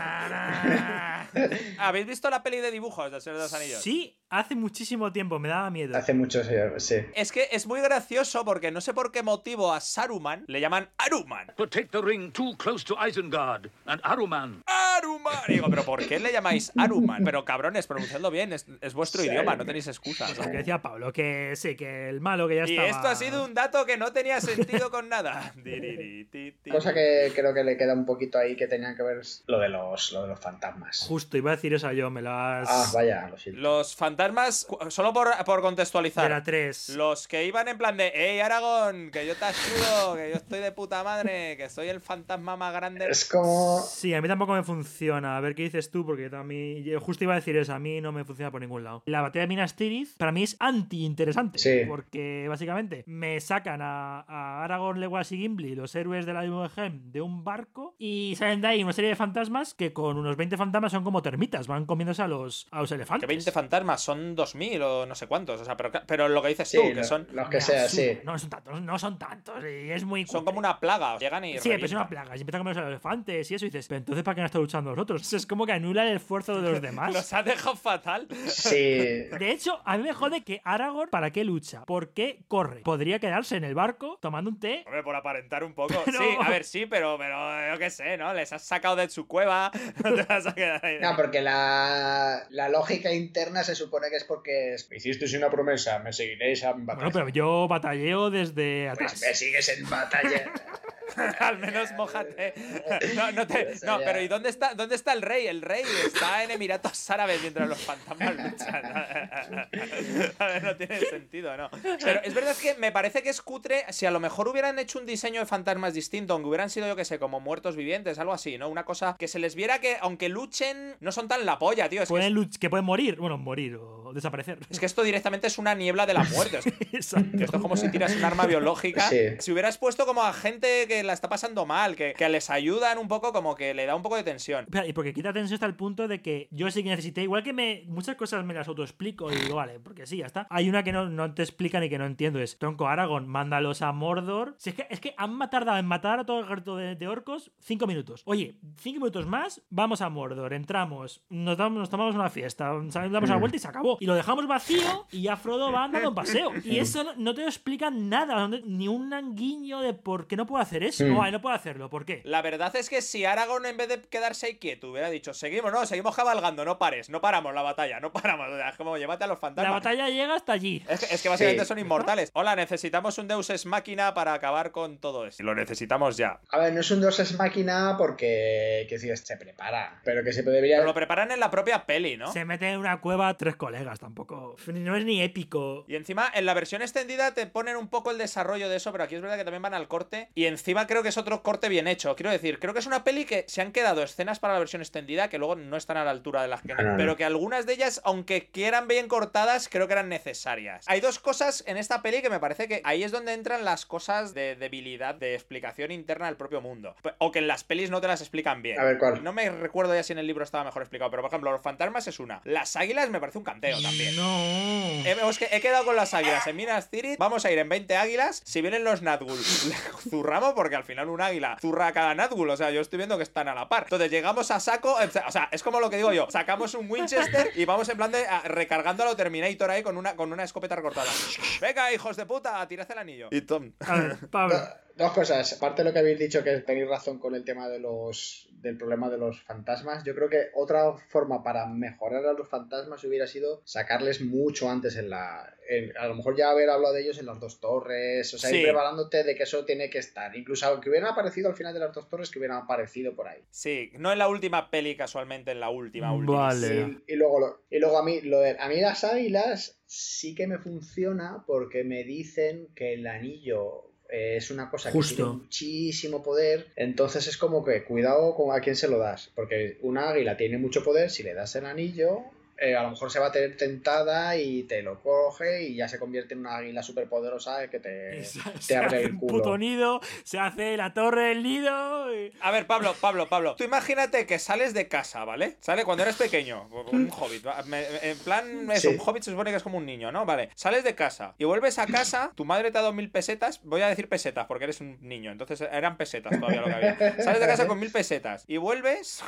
¿Habéis visto la peli de dibujos del Señor de los Anillos? Sí, hace muchísimo tiempo, me daba miedo. Hace mucho, sí. Es que es muy gracioso porque no sé por qué motivo a Saruman le llaman Aruman. Protect the ring too close to Isengard and Aruman. ¡Aruman! Y digo, ¿pero por qué le llamáis Aruman? Pero cabrones, pronunciadlo bien, es vuestro idioma, no tenéis excusa. Lo que decía Pablo, que sí, que el malo que ya estaba... Y esto ha sido un dato que no tenía sentido con nada. Cosa que creo que le queda un poquito ahí que tenían que ver lo de los fantasmas. Justo, iba a decir eso yo, me las... Ah, vaya, lo siento. Los fantasmas, solo por contextualizar. De la 3. Los que iban en plan de, ¡Ey, Aragorn! Que yo te ayudo, que yo estoy de puta madre, que soy el fantasma más grande. Es como... Sí, a mí tampoco me funciona. A ver qué dices tú, porque a mí... Yo justo iba a decir eso, a mí no me funciona por ningún lado. La batalla de Minas Tirith, para mí es anti-interesante. Sí. Porque, básicamente, me sacan a Aragorn, Legolas y Gimli, los héroes de la Helm, de un barco, y salen de ahí una serie de fantasmas que con unos 20 fantasmas son como termitas, van comiéndose a los elefantes. Que 20 fantasmas, son 2000 o no sé cuántos. O sea, pero lo que dices sí, tú, que son... Los que sea, sí. No son tantos, y es muy... Son como una plaga, llegan y... Sí, pero es una plaga, y empiezan a comerse a los elefantes y eso, y dices, pero entonces ¿para qué no está luchando nosotros? Es como que anula el esfuerzo de los demás. Los ha dejado fatal. Sí. De hecho, a mí me jode que Aragorn, ¿para qué lucha? ¿Por qué corre? Podría quedarse en el barco tomando un té. Hombre, por aparentar un poco. Pero... Sí, a ver, sí, pero yo qué sé, ¿no? Les has sacado de su cueva. No te vas a quedar ahí. No, porque la lógica interna se supone que es porque me hicisteis una promesa, me seguiréis en batalla. Bueno, pero yo batalleo desde atrás. Pues me sigues en batalla. Al menos mójate. No, pero ¿y dónde está el rey? El rey está en Emiratos Árabes mientras los fantasmas luchan. A ver, no tiene sentido, ¿no? Pero es verdad que me parece que es cutre. Si a lo mejor hubieran hecho un diseño de fantasmas distinto, aunque hubieran sido, yo que sé, como muertos vivientes, algo así, ¿no? Una cosa que se les viera que, aunque luchen, no son tan la polla, tío. Que pueden morir. Bueno, morir o desaparecer. Es que esto directamente es una niebla de la muerte. Exacto. Que esto es como si tiras un arma biológica. Sí. Si hubieras puesto como a gente que la está pasando mal, que les ayudan un poco, como que le da un poco de tensión. Y porque quita tensión hasta el punto de que yo sí que necesité, igual que muchas cosas me las autoexplico y digo, vale, porque sí, ya está. Hay una que no te explican y que no entiendo, es tronco Aragorn, mándalos a Mordor. Si es que han tardado en matar a todo el ejército de orcos 5 minutos. Oye, 5 minutos más, vamos a Mordor, entramos, nos tomamos una fiesta, damos la vuelta y se acabó. Y lo dejamos vacío y ya Frodo va andando en paseo. Y eso no te lo explican nada, ni un guiño de por qué no puedo hacer ¿Ves? No puedo hacerlo. ¿Por qué? La verdad es que si Aragorn, en vez de quedarse ahí quieto, hubiera dicho, seguimos cabalgando, no pares, no paramos la batalla, no paramos. O sea, es como, llévate a los fantasmas. La batalla llega hasta allí. Es que básicamente son inmortales. Hola, necesitamos un Deus Ex Machina para acabar con todo esto. Lo necesitamos ya. A ver, no es un Deus Ex Machina porque, que decir, se prepara, pero que se debería... Pero lo preparan en la propia peli, ¿no? Se meten en una cueva 3 colegas, tampoco. No es ni épico. Y encima, en la versión extendida te ponen un poco el desarrollo de eso, pero aquí es verdad que también van al corte. Y encima creo que es otro corte bien hecho. Quiero decir, creo que es una peli que se han quedado escenas para la versión extendida que luego no están a la altura de las que no. Pero que algunas de ellas, aunque quieran bien cortadas, creo que eran necesarias. Hay dos cosas en esta peli que me parece que ahí es donde entran las cosas de debilidad, de explicación interna del propio mundo. O que en las pelis no te las explican bien. A ver, ¿cuál? No me recuerdo ya si en el libro estaba mejor explicado, pero por ejemplo, los fantasmas es una. Las águilas me parece un canteo también. No. Es que he quedado con las águilas en Minas Tirith. Vamos a ir en 20 águilas. Si vienen los Nazgûl, zurramos porque al final un águila zurra a cada Nazgûl. O sea, yo estoy viendo que están a la par. Entonces llegamos a saco. O sea, es como lo que digo yo. Sacamos un Winchester y vamos en plan de recargando a lo Terminator ahí con una escopeta recortada. Venga, hijos de puta, tirad el anillo. Y Tom. A ver, Pablo. Dos cosas. Aparte de lo que habéis dicho, que tenéis razón con el tema del problema de los fantasmas, yo creo que otra forma para mejorar a los fantasmas hubiera sido sacarles mucho antes a lo mejor ya haber hablado de ellos en las dos torres, o sea, ir preparándote de que eso tiene que estar. Incluso aunque hubieran aparecido al final de las dos torres, que hubieran aparecido por ahí. Sí, no en la última peli casualmente, en la última. Vale. Y luego a mí las águilas sí que me funciona porque me dicen que el anillo es una cosa que tiene muchísimo poder, entonces es como que cuidado con a quién se lo das, porque una águila tiene mucho poder, si le das el anillo a lo mejor se va a tener tentada y te lo coge y ya se convierte en una águila superpoderosa que te abre el culo. Un puto nido, se hace la torre del nido y... A ver, Pablo, tú imagínate que sales de casa, ¿vale? Sale cuando eres pequeño, un hobbit, en plan, eso, sí. Un hobbit se supone que es como un niño, ¿no? Vale, sales de casa y vuelves a casa, tu madre te ha dado 1000 pesetas, voy a decir pesetas porque eres un niño, entonces eran pesetas todavía lo que había. Sales de casa con 1000 pesetas y vuelves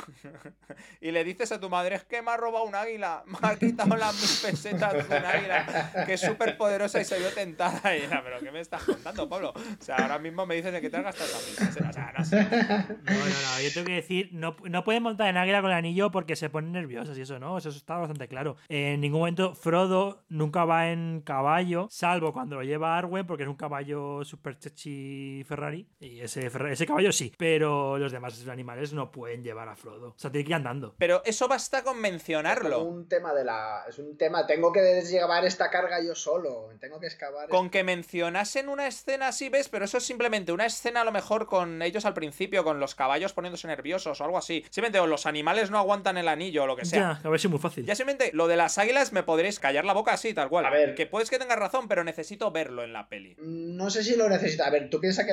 y le dices a tu madre, es que me ha robado un águila, me ha quitado las 1000 pesetas de un águila que es súper poderosa y se vio tentada. Y era, pero ¿qué me estás contando, Pablo? O sea, ahora mismo me dices de que te has gastado esas 1000 pesetas. O sea, no sé. No, yo tengo que decir, no pueden montar en águila con el anillo porque se ponen nerviosos y eso, ¿no? Eso está bastante claro. En ningún momento Frodo nunca va en caballo, salvo cuando lo lleva Arwen, porque es un caballo super chechi Ferrari. Y ese caballo sí, pero los demás animales no pueden llevar a Frodo. O sea, tiene que ir andando. Pero eso basta con mencionarlo. Es un tema, tengo que llevar esta carga yo solo, tengo que excavar. Con que mencionasen una escena así, ¿ves? Pero eso es simplemente una escena a lo mejor con ellos al principio, con los caballos poniéndose nerviosos o algo así. Simplemente o los animales no aguantan el anillo o lo que sea. Ya, a ver si es muy fácil. Ya simplemente lo de las águilas me podréis callar la boca así, tal cual. A ver. Que puedes que tengas razón, pero necesito verlo en la peli. No sé si lo necesito. A ver, tú piensas que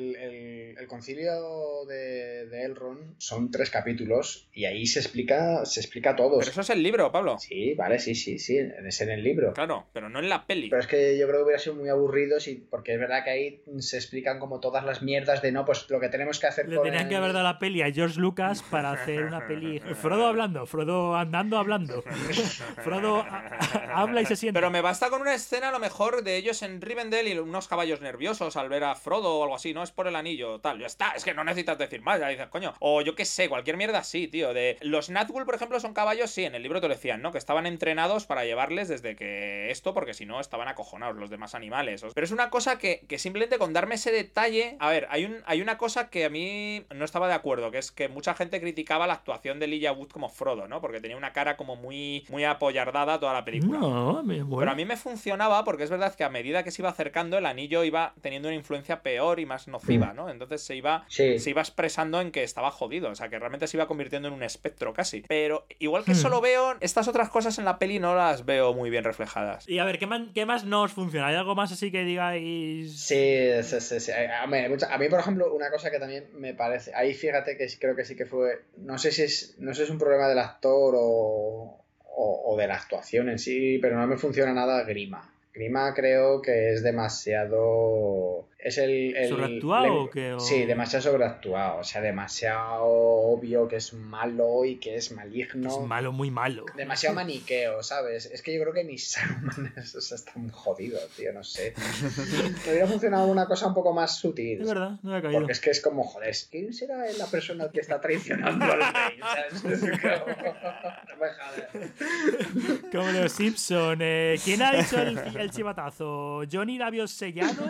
el concilio de Elrond son 3 capítulos y ahí se explica todo. Pero eso es el libro, Pablo. Sí, vale, sí, es en el libro. Claro, pero no en la peli. Pero es que yo creo que hubiera sido muy aburrido porque es verdad que ahí se explican como todas las mierdas de no, pues lo que tenemos que hacer. Le tenían que haber dado la peli a George Lucas para hacer una peli. Frodo hablando, Frodo andando, hablando. Frodo habla y se siente. Pero me basta con una escena a lo mejor de ellos en Rivendell y unos caballos nerviosos al ver a Frodo o algo así, no es por el anillo, tal, ya está, es que no necesitas decir más, ya dices, coño. O yo qué sé, cualquier mierda así, tío. De los Nazgûl, por ejemplo, son caballos, sí, en el libro te lo decían, ¿no? Que estaban entrenados para llevarles desde que esto, porque si no estaban acojonados los demás animales. Pero es una cosa que simplemente con darme ese detalle. A ver, hay una cosa que a mí no estaba de acuerdo, que es que mucha gente criticaba la actuación de Elijah Wood como Frodo, ¿no? Porque tenía una cara como muy apollardada toda la película. No, bueno. Pero a mí me funcionaba porque es verdad que a medida que se iba acercando, el anillo iba teniendo una influencia peor y más nociva, ¿no? Entonces se iba expresando en que estaba jodido, o sea, que realmente se iba convirtiendo en un espectro casi. Pero igual que eso lo veo, estas otras cosas en la peli no las veo muy bien reflejadas. Y a ver, ¿qué más no os funciona? ¿Hay algo más así que digáis? Sí. A mí, por ejemplo, una cosa que también me parece, ahí fíjate que creo que sí que fue, no sé si es un problema del actor o de la actuación en sí, pero no me funciona nada Grima. Grima creo que es demasiado es el ¿Sobreactuado o qué? Sí, demasiado sobreactuado. O sea, demasiado obvio que es malo y que es maligno. Es malo, muy malo. Demasiado maniqueo, ¿sabes? Es que yo creo que ni Saruman está muy jodido, tío, no sé. Podría funcionar una cosa un poco más sutil. Es verdad, no me ha caído. Porque es que es como, joder, ¿quién será la persona que está traicionando al rey? ¿Sabes? Es como, no me jodas. Como los Simpson. ¿Quién ha hecho el chivatazo? ¿Johnny Labios Sellados?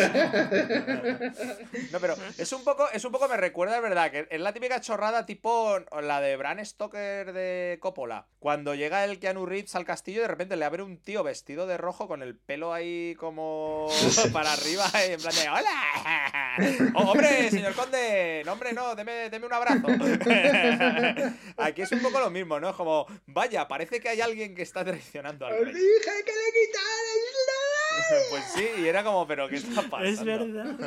No, pero es un poco me recuerda, es verdad, que es la típica chorrada tipo la de Bram Stoker de Coppola. Cuando llega el Keanu Reeves al castillo y de repente le abre un tío vestido de rojo con el pelo ahí como para arriba, en plan de ¡hola! ¡Oh, hombre, señor conde! No, hombre, no, deme un abrazo. Aquí es un poco lo mismo, ¿no? Como, vaya, parece que hay alguien que está traicionando al ¡Os rey. dije que le quitarais la... Pues sí, y era como, pero ¿qué está pasando? Es verdad.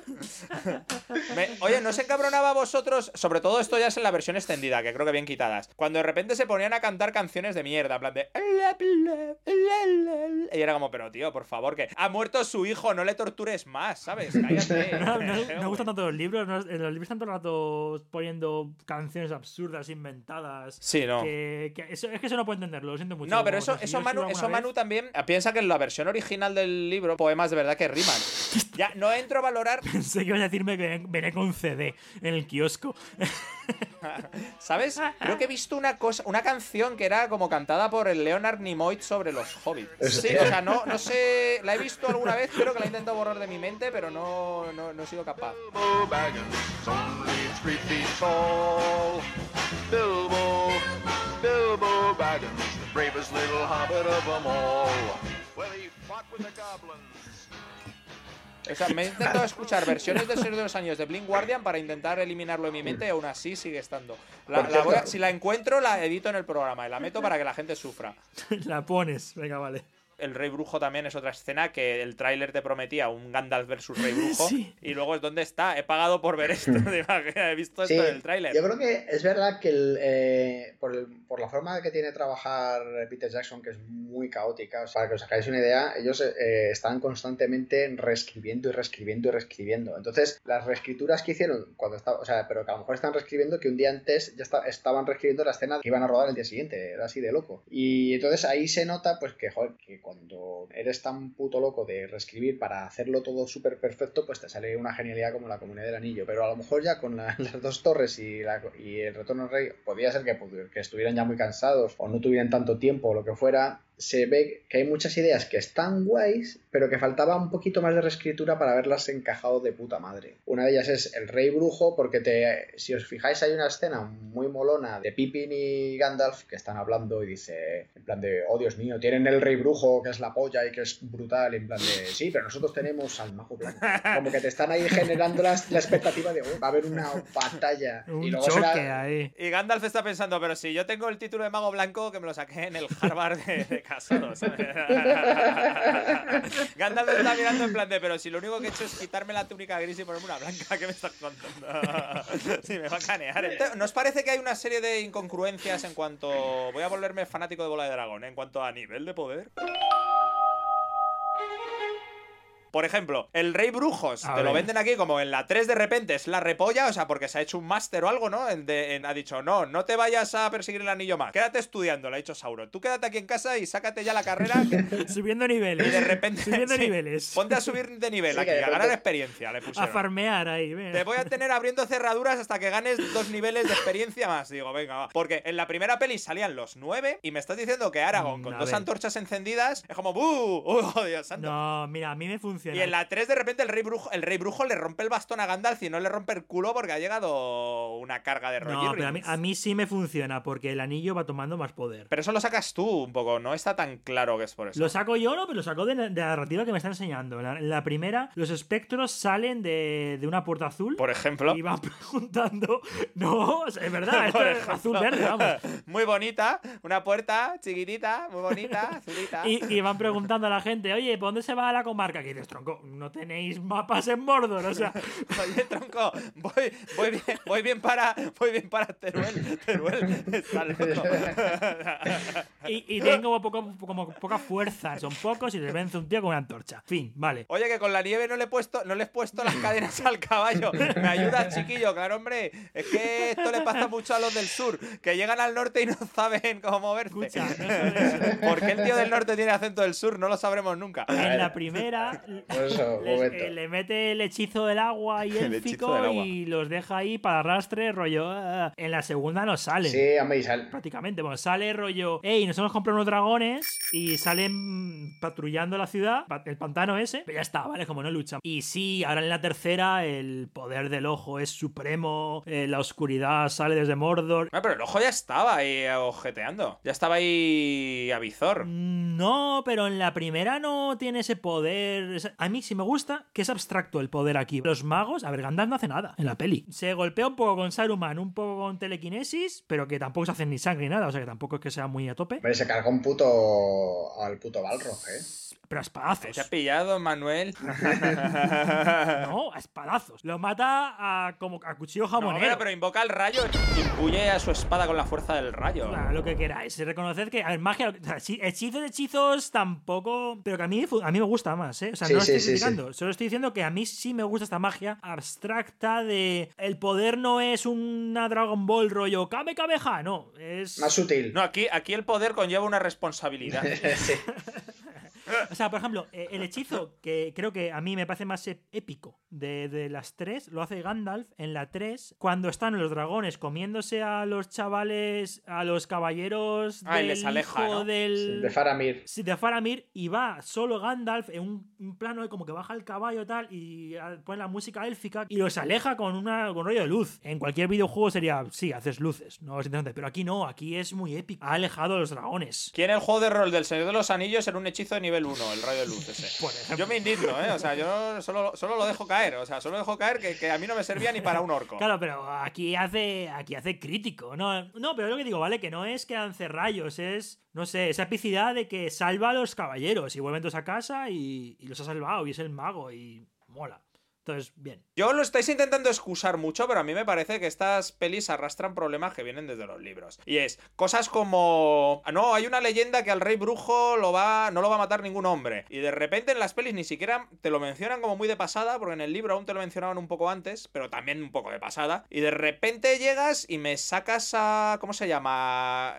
Oye, ¿no se encabronaba a vosotros? Sobre todo esto ya es en la versión extendida, que creo que bien quitadas. Cuando de repente se ponían a cantar canciones de mierda, en plan de... Y era como, pero tío, por favor, que ha muerto su hijo, no le tortures más, ¿sabes? Cállate. No me gustan tanto los libros. En los libros están todo el rato poniendo canciones absurdas, inventadas. Sí, no. Eso no puedo entenderlo, lo siento mucho. No, pero O sea, si yo Manu escribo alguna vez- también piensa que en la versión original del libro, poemas de verdad que riman. Ya, no entro a valorar... Pensé que ibas a decirme que venía con CD en el kiosco. ¿Sabes? Creo que he visto una canción que era como cantada por el Leonard Nimoy sobre los hobbits. Sí, o sea, no sé, la he visto alguna vez, creo que la he intentado borrar de mi mente, pero no he sido capaz. Bilbo Baggins, only 3 feet tall. Bilbo Baggins, the bravest little hobbit of them all. Well, he fought with the goblins. O sea, me he intentado escuchar versiones del Señor de los Anillos de Blind Guardian para intentar eliminarlo de mi mente y aún así sigue estando. Si la encuentro, la edito en el programa y la meto para que la gente sufra. La pones, venga, vale. El Rey Brujo también es otra escena que el tráiler te prometía un Gandalf versus Rey Brujo. Sí. Y luego es ¿dónde está? He pagado por ver esto. He visto esto en el tráiler. Yo creo que es verdad que por la forma que tiene trabajar Peter Jackson, que es muy caótica, o sea, para que os hagáis una idea, ellos están constantemente reescribiendo y reescribiendo y reescribiendo. Entonces, las reescrituras que hicieron pero que a lo mejor están reescribiendo que un día antes ya estaban reescribiendo la escena que iban a rodar el día siguiente. Era así de loco. Y entonces ahí se nota pues que, joder, que cuando eres tan puto loco de reescribir para hacerlo todo súper perfecto, pues te sale una genialidad como la Comunidad del Anillo. Pero a lo mejor ya con las dos torres y el Retorno del Rey, podría ser que estuvieran ya muy cansados o no tuvieran tanto tiempo o lo que fuera. Se ve que hay muchas ideas que están guays, pero que faltaba un poquito más de reescritura para haberlas encajado de puta madre. Una de ellas es el Rey Brujo, porque si os fijáis hay una escena muy molona de Pippin y Gandalf que están hablando y dice, en plan de, oh Dios mío, tienen el Rey Brujo que es la polla y que es brutal, en plan de, sí, pero nosotros tenemos al Mago Blanco. Como que te están ahí generando la expectativa de, va a haber una batalla. Un y luego choque ahí. Y Gandalf está pensando, pero si yo tengo el título de Mago Blanco que me lo saqué en el Harvard de casados. Gandalf está mirando en plan de, pero si lo único que he hecho es quitarme la túnica gris y ponerme una blanca, ¿qué me estás contando? Sí, me va a canear. ¿No os parece que hay una serie de incongruencias en cuanto... Voy a volverme fanático de Bola de Dragón, en cuanto a nivel de poder? Por ejemplo, el Rey Brujos, te lo venden aquí como en la 3 de repente es la repolla, o sea, porque se ha hecho un máster o algo, ¿no? Ha dicho, no te vayas a perseguir el anillo más, quédate estudiando, le ha dicho Sauron. Tú quédate aquí en casa y sácate ya la carrera. Subiendo niveles. Y de repente... Subiendo niveles. Ponte a subir de nivel aquí, a ganar experiencia, le pusieron. A farmear ahí, venga. Te voy a tener abriendo cerraduras hasta que ganes 2 niveles de experiencia más. Digo, venga, va. Porque en la primera peli salían los 9 y me estás diciendo que Aragorn con 2 antorchas encendidas es como ¡buh! ¡Oh, Dios santo! No, mira, a mí me funciona. Y en la 3 de repente el Rey Brujo le rompe el bastón a Gandalf y no le rompe el culo porque ha llegado una carga de Roger. No, pero a mí sí me funciona porque el anillo va tomando más poder. Pero eso lo sacas tú un poco, no está tan claro que es por eso. Lo saco yo, no, pero lo saco de la narrativa que me está enseñando. En la primera, los espectros salen de una puerta azul. Por ejemplo. Y van preguntando. No, es verdad, esto es azul-verde, vamos. Muy bonita, una puerta chiquitita, muy bonita, azulita. Y van preguntando a la gente, oye, ¿por dónde se va a la comarca? Que dices, tronco, no tenéis mapas en Mordor, o sea. Oye, tronco, voy bien para Teruel está loco. y tienen como poca fuerza. Son pocos y les vence un tío con una antorcha. Fin, vale. Oye, que con la nieve no le he puesto las cadenas al caballo. ¿Me ayudas, chiquillo? Claro, hombre. Es que esto le pasa mucho a los del sur, que llegan al norte y no saben cómo moverse. Escucha, no solo eso. ¿Por qué el tío del norte tiene acento del sur? No lo sabremos nunca. En la primera le mete el hechizo del agua y élfico y los deja ahí para arrastre, rollo. En la segunda no salen. Sí, hombre, y sale. Prácticamente, bueno, sale rollo. Ey, nosotros compramos unos dragones y salen patrullando la ciudad, el pantano ese, pero ya está, ¿vale? Como no luchan. Y sí, ahora en la tercera el poder del ojo es supremo, la oscuridad sale desde Mordor. No, pero el ojo ya estaba ahí ojeteando. Ya estaba ahí a Vizor. No, pero en la primera no tiene ese poder. A mí sí me gusta que es abstracto el poder aquí. Los magos, a ver, Gandalf no hace nada en la peli. Se golpea un poco con Saruman, un poco con telequinesis, pero que tampoco se hacen ni sangre ni nada, o sea que tampoco es que sea muy a tope. Pero se carga al puto Balrog, Pero a espadazos. ¿Te ha pillado, Manuel? No, a espadazos. Lo mata como a cuchillo jamonero. No, pero invoca el rayo y imbuye a su espada con la fuerza del rayo. Claro, lo que queráis. Reconoced que, a ver, magia, o sea, hechizos tampoco. Pero que a mí me gusta más, ¿eh? O sea, no lo estoy criticando. Solo estoy diciendo que a mí sí me gusta esta magia abstracta de. El poder no es una Dragon Ball rollo Kame Kameha, no. Es. Más sutil. No, aquí el poder conlleva una responsabilidad. Sí. O sea, por ejemplo, el hechizo que creo que a mí me parece más épico de las tres, lo hace Gandalf en la 3, cuando están los dragones comiéndose a los chavales, a los caballeros del les aleja, hijo ¿no? de Faramir. Sí, de Faramir, y va solo Gandalf en un plano como que baja el caballo y tal, y pone la música élfica y los aleja con un rollo de luz. En cualquier videojuego sería, sí, haces luces, no es interesante, pero aquí no, aquí es muy épico. Ha alejado a los dragones. ¿Quién en el juego de rol del Señor de los Anillos era un hechizo de nivel 1, el rayo de luz ese? Por ejemplo. Yo me indigno, ¿eh? O sea, yo solo lo dejo caer. O sea, solo dejo caer que a mí no me servía ni para un orco. Claro, pero aquí hace crítico, ¿no? No, pero es lo que digo, ¿vale? Que no es que lance rayos, es, no sé, esa epicidad de que salva a los caballeros y vuelven todos a casa y los ha salvado y es el mago y mola. Entonces, bien. Yo lo estáis intentando excusar mucho, pero a mí me parece que estas pelis arrastran problemas que vienen desde los libros. Y es cosas como... No, hay una leyenda que al rey brujo no lo va a matar ningún hombre. Y de repente en las pelis ni siquiera te lo mencionan como muy de pasada, porque en el libro aún te lo mencionaban un poco antes, pero también un poco de pasada. Y de repente llegas y me sacas a... ¿Cómo se llama?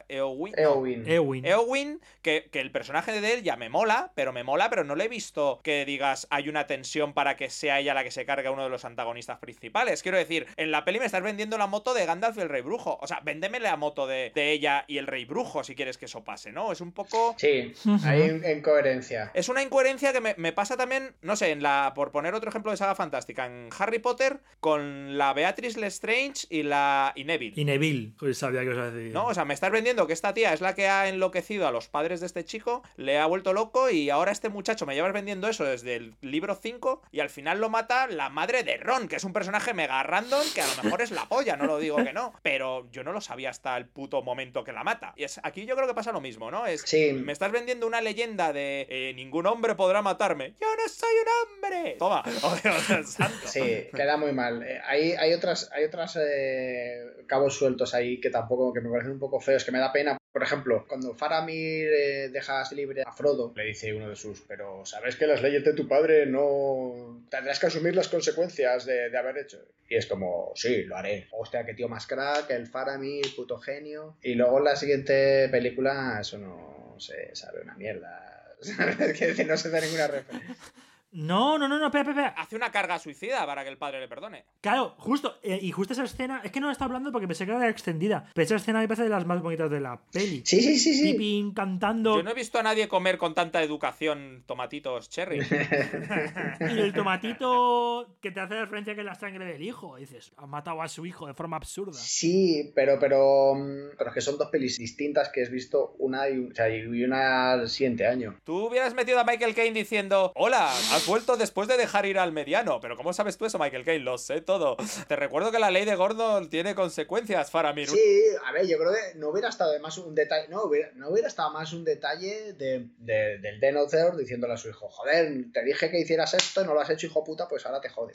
Eowyn, que el personaje de él ya me mola, pero no le he visto que digas hay una tensión para que sea ella la que se carga uno de los antagonistas principales. Quiero decir, en la peli me estás vendiendo la moto de Gandalf y el Rey Brujo. O sea, véndeme la moto de ella y el Rey Brujo si quieres que eso pase, ¿no? Es un poco... Sí, hay incoherencia. Es una incoherencia que me pasa también, no sé, por poner otro ejemplo de saga fantástica, en Harry Potter con la Beatrice Lestrange y Neville. Y Neville, pues sabía que os iba a decir. No, o sea, me estás vendiendo que esta tía es la que ha enloquecido a los padres de este chico, le ha vuelto loco y ahora este muchacho me llevas vendiendo eso desde el libro 5 y al final lo mata la madre de Ron, que es un personaje mega random que a lo mejor es la polla, no lo digo que no, pero yo no lo sabía hasta el puto momento que la mata. Y aquí yo creo que pasa lo mismo, ¿no? Sí. Me estás vendiendo una leyenda de ningún hombre podrá matarme. ¡Yo no soy un hombre! Toma, santo. Sí, queda muy mal. Hay otras cabos sueltos ahí que me parecen un poco feos, que me da pena. Por ejemplo, cuando Faramir dejas libre a Frodo, le dice uno de sus, pero sabes que las leyes de tu padre no... Tendrás que asumir las consecuencias de haber hecho. Y es como, sí, lo haré. Hostia, qué tío más crack, el Faramir, puto genio. Y luego en la siguiente película, eso no se sabe una mierda. Que no se da ninguna referencia. No, espera. Hace una carga suicida para que el padre le perdone. Claro, justo esa escena, es que no está hablando porque pensé que era extendida, pero esa escena me parece de las más bonitas de la peli. Sí. Pippin cantando. Yo no he visto a nadie comer con tanta educación tomatitos cherry. Y el tomatito que te hace referencia que es la sangre del hijo. Y dices, ha matado a su hijo de forma absurda. Sí, pero es que son dos pelis distintas que has visto una y una al siguiente año. Tú hubieras metido a Michael Caine diciendo, hola, has vuelto después de dejar ir al mediano. Pero ¿cómo sabes tú eso, Michael Caine? Lo sé todo. Te recuerdo que la ley de Gordon tiene consecuencias, Faramir. Sí, a ver, yo creo que no hubiera estado más un detalle. No hubiera estado más un detalle del Denethor diciéndole a su hijo, joder, te dije que hicieras esto y no lo has hecho, hijo puta, pues ahora te jodes.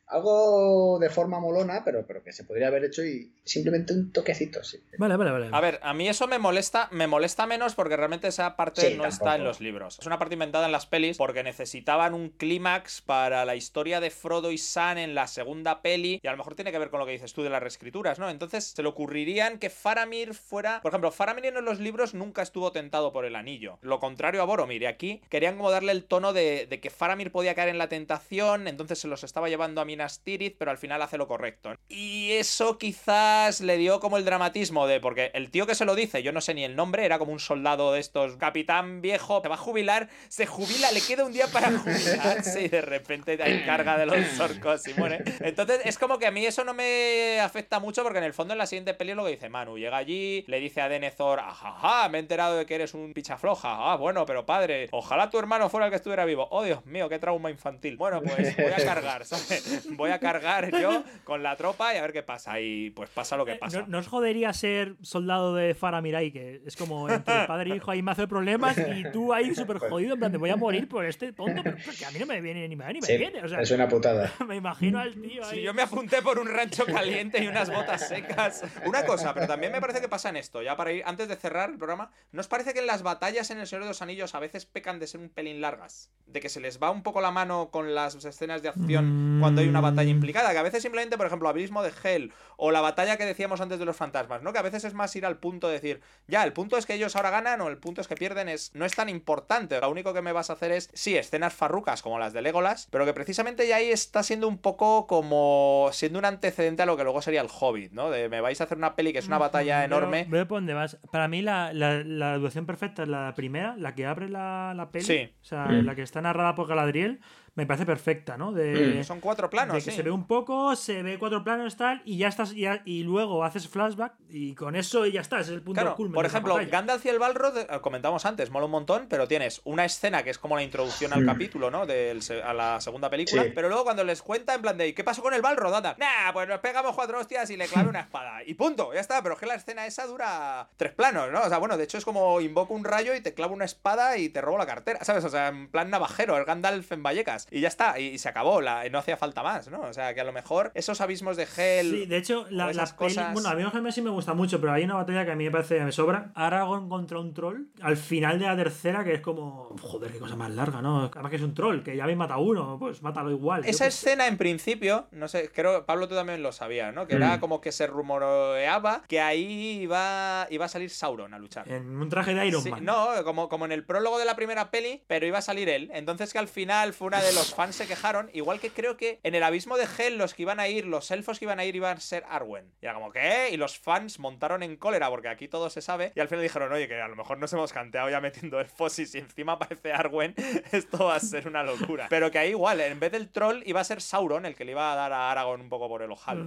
Algo de forma molona, pero que se podría haber hecho y simplemente un toquecito, sí. Vale. A ver, a mí eso me molesta menos porque realmente esa parte Sí, no está tampoco. en los libros. Es una parte inventada en las pelis porque necesitaban un clímax para la historia de Frodo y Sam en la segunda peli y a lo mejor tiene que ver con lo que dices tú de las reescrituras, ¿no? Entonces se le ocurrirían que Faramir fuera... Por ejemplo, Faramir en los libros nunca estuvo tentado por el anillo. Lo contrario a Boromir. Y aquí querían como darle el tono de que Faramir podía caer en la tentación, entonces se los estaba llevando a Minas Tirith, pero al final hace lo correcto. Y eso quizás le dio como el dramatismo de... Porque el tío que se lo dice, yo no sé ni el nombre, era como un soldado de estos, capitán viejo, te va a jubilar, se jubila, le queda un día para jubilarse y de repente hay carga de los orcos y muere. Entonces es como que a mí eso no me afecta mucho porque en el fondo en la siguiente peli es lo que dice Manu. Llega allí, le dice a Denethor, ajaja, me he enterado de que eres un pichafloja. Ah, bueno, pero padre, ojalá tu hermano fuera el que estuviera vivo. Oh, Dios mío, qué trauma infantil. Bueno, pues voy a cargar, ¿sabes? Voy a cargar yo con la tropa y a ver qué pasa. Y pues pasa lo que pasa. ¿No os jodería ser soldado de Faramir ahí? Que es como entre padre e hijo ahí me hace problemas y tú ahí súper jodido, en plan, te voy a morir por este tonto, pero que a mí no me viene ni me va ni me Sí, viene. O sea, es una putada. me imagino al tío ahí. Si yo me apunté por un rancho caliente y unas botas secas. Una cosa, pero también me parece que pasa en esto, ya para ir, antes de cerrar el programa, ¿no os parece que en las batallas en El Señor de los Anillos a veces pecan de ser un pelín largas? De que se les va un poco la mano con las escenas de acción cuando hay una batalla implicada, que a veces simplemente, por ejemplo, Abismo de Hell o la batalla que decíamos antes de los fantasmas, ¿no? Que a veces es más ir al punto de decir, ya, el punto es que ellos ahora ganan o el punto es que pierden, no es tan importante. Lo único que me vas a hacer es, sí, escenas farrucas como las de Legolas, pero que precisamente ya ahí está siendo un poco como siendo un antecedente a lo que luego sería el Hobbit, ¿no? De me vais a hacer una peli que es una batalla enorme. Veo por dónde vas. Para mí la duración perfecta es la primera, la que abre la peli. Sí. O sea, la que está narrada por Galadriel. Me parece perfecta, ¿no? Son 4 planos, de que sí. se ve un poco, se ve 4 planos tal, y ya estás, y luego haces flashback, y con eso ya está, ese es el punto Claro, culmen por de la ejemplo, batalla. Gandalf y el Balrog, comentamos antes, mola un montón, pero tienes una escena que es como la introducción al capítulo, ¿no? A la segunda película, Sí. pero luego cuando les cuenta en plan de ¿qué pasó con el Balrog, anda? Nah, pues nos pegamos 4 hostias y le clavé una espada. Y punto, ya está, pero es que la escena esa dura 3 planos, ¿no? O sea, bueno, de hecho es como invoco un rayo y te clavo una espada y te robo la cartera, ¿sabes? O sea, en plan navajero, el Gandalf en Vallecas. Y ya está, y se acabó, no hacía falta más, ¿no? O sea, que a lo mejor esos abismos de Hell... Sí, de hecho, la esas peli, cosas... bueno, a mí Warhammer sí me gusta mucho, pero hay una batalla que a mí me parece que me sobra. Aragorn contra un troll, al final de la tercera, que es como, joder, qué cosa más larga, ¿no? Además que es un troll, que ya habéis matado a uno, pues mátalo igual. Esa escena en principio, no sé, creo, Pablo, tú también lo sabías, ¿no? Que era como que se rumoreaba que ahí iba a salir Sauron a luchar. En un traje de Iron Sí, Man. no, como en el prólogo de la primera peli, pero iba a salir él. Entonces que al final fue una de los fans se quejaron, igual que creo que en el abismo de Hell los que iban a ir, los elfos que iban a ir iban a ser Arwen. Y era como, ¿qué? Y los fans montaron en cólera porque aquí todo se sabe. Y al final dijeron, oye, que a lo mejor nos hemos canteado ya metiendo elfos y si encima aparece Arwen, esto va a ser una locura. Pero que ahí igual, en vez del troll iba a ser Sauron el que le iba a dar a Aragorn un poco por el ojal.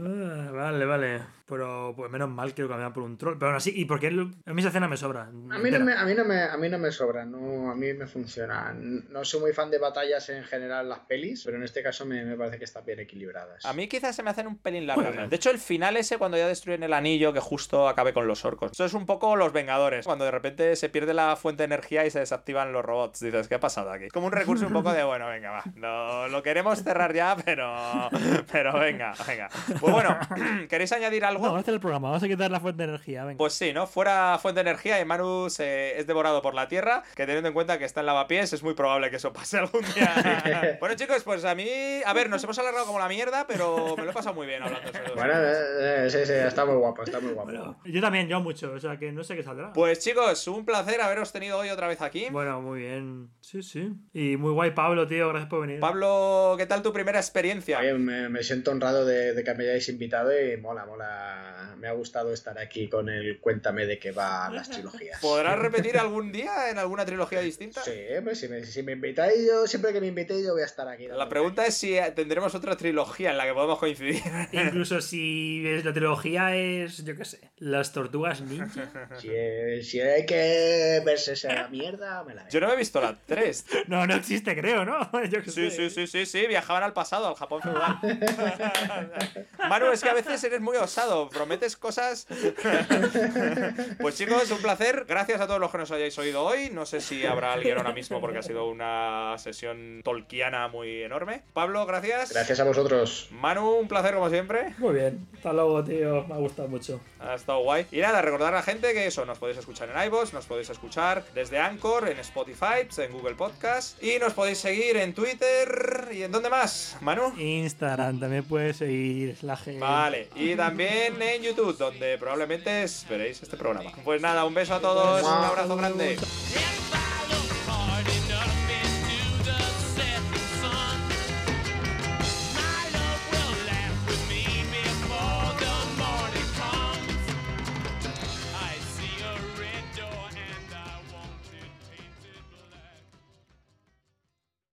Vale. Pero pues menos mal que lo cambiaban por un troll. Pero aún así, ¿y por qué a mí esa escena me sobra? A mí no me sobra, no, a mí me funciona. No soy muy fan de batallas en general las pelis, pero en este caso me parece que están bien equilibradas. A mí quizás se me hacen un pelín largas. De hecho, el final ese cuando ya destruyen el anillo que justo acabe con los orcos. Eso es un poco los Vengadores, cuando de repente se pierde la fuente de energía y se desactivan los robots. Dices, ¿qué ha pasado aquí? Como un recurso un poco de, bueno, venga, va. Lo queremos cerrar ya, pero venga. Pues bueno, ¿queréis añadir algo? No, vamos a hacer el programa, vamos a quitar la fuente de energía, venga. Pues sí, ¿no? Fuera fuente de energía y Manu es devorado por la Tierra, que teniendo en cuenta que está en lavapiés, es muy probable que eso pase algún día. Bueno, chicos, pues a mí... A ver, nos hemos alargado como la mierda, pero me lo he pasado muy bien hablando sobre Bueno, sí, está muy guapo, está muy guapo. Bueno, yo también, yo mucho, o sea que no sé qué saldrá. Pues chicos, un placer haberos tenido hoy otra vez aquí. Bueno, muy bien. Sí. Y muy guay, Pablo, tío, gracias por venir. Pablo, ¿qué tal tu primera experiencia? Oye, me siento honrado de que me hayáis invitado y mola. Me ha gustado estar aquí con el cuéntame de qué va las trilogías. ¿Podrás repetir algún día en alguna trilogía distinta? Sí, pues si me invitáis, yo siempre que me invitéis yo voy a estar aquí. La pregunta es si tendremos otra trilogía en la que podemos coincidir. Incluso si la trilogía es, yo qué sé, las tortugas ninja. Si hay que verse esa mierda, me la veo. Yo no me he visto la 3. No existe, creo, ¿no? Yo qué sé. Sí, viajaban al pasado, al Japón feudal. Manu, es que a veces eres muy osado, prometes cosas. Pues chicos, un placer. Gracias a todos los que nos hayáis oído hoy. No sé si habrá alguien ahora mismo porque ha sido una sesión tolkiana y Ana muy enorme. Pablo, gracias. Gracias a vosotros. Manu, un placer como siempre. Muy bien. Hasta luego, tío. Me ha gustado mucho. Ha estado guay. Y nada, recordar a la gente que eso, nos podéis escuchar en iVoox, nos podéis escuchar desde Anchor, en Spotify, en Google Podcast, y nos podéis seguir en Twitter. ¿Y en dónde más, Manu? Instagram también puedes seguir la gente. Vale, y también en YouTube, donde probablemente veréis este programa. Pues nada, un beso a todos, un abrazo grande.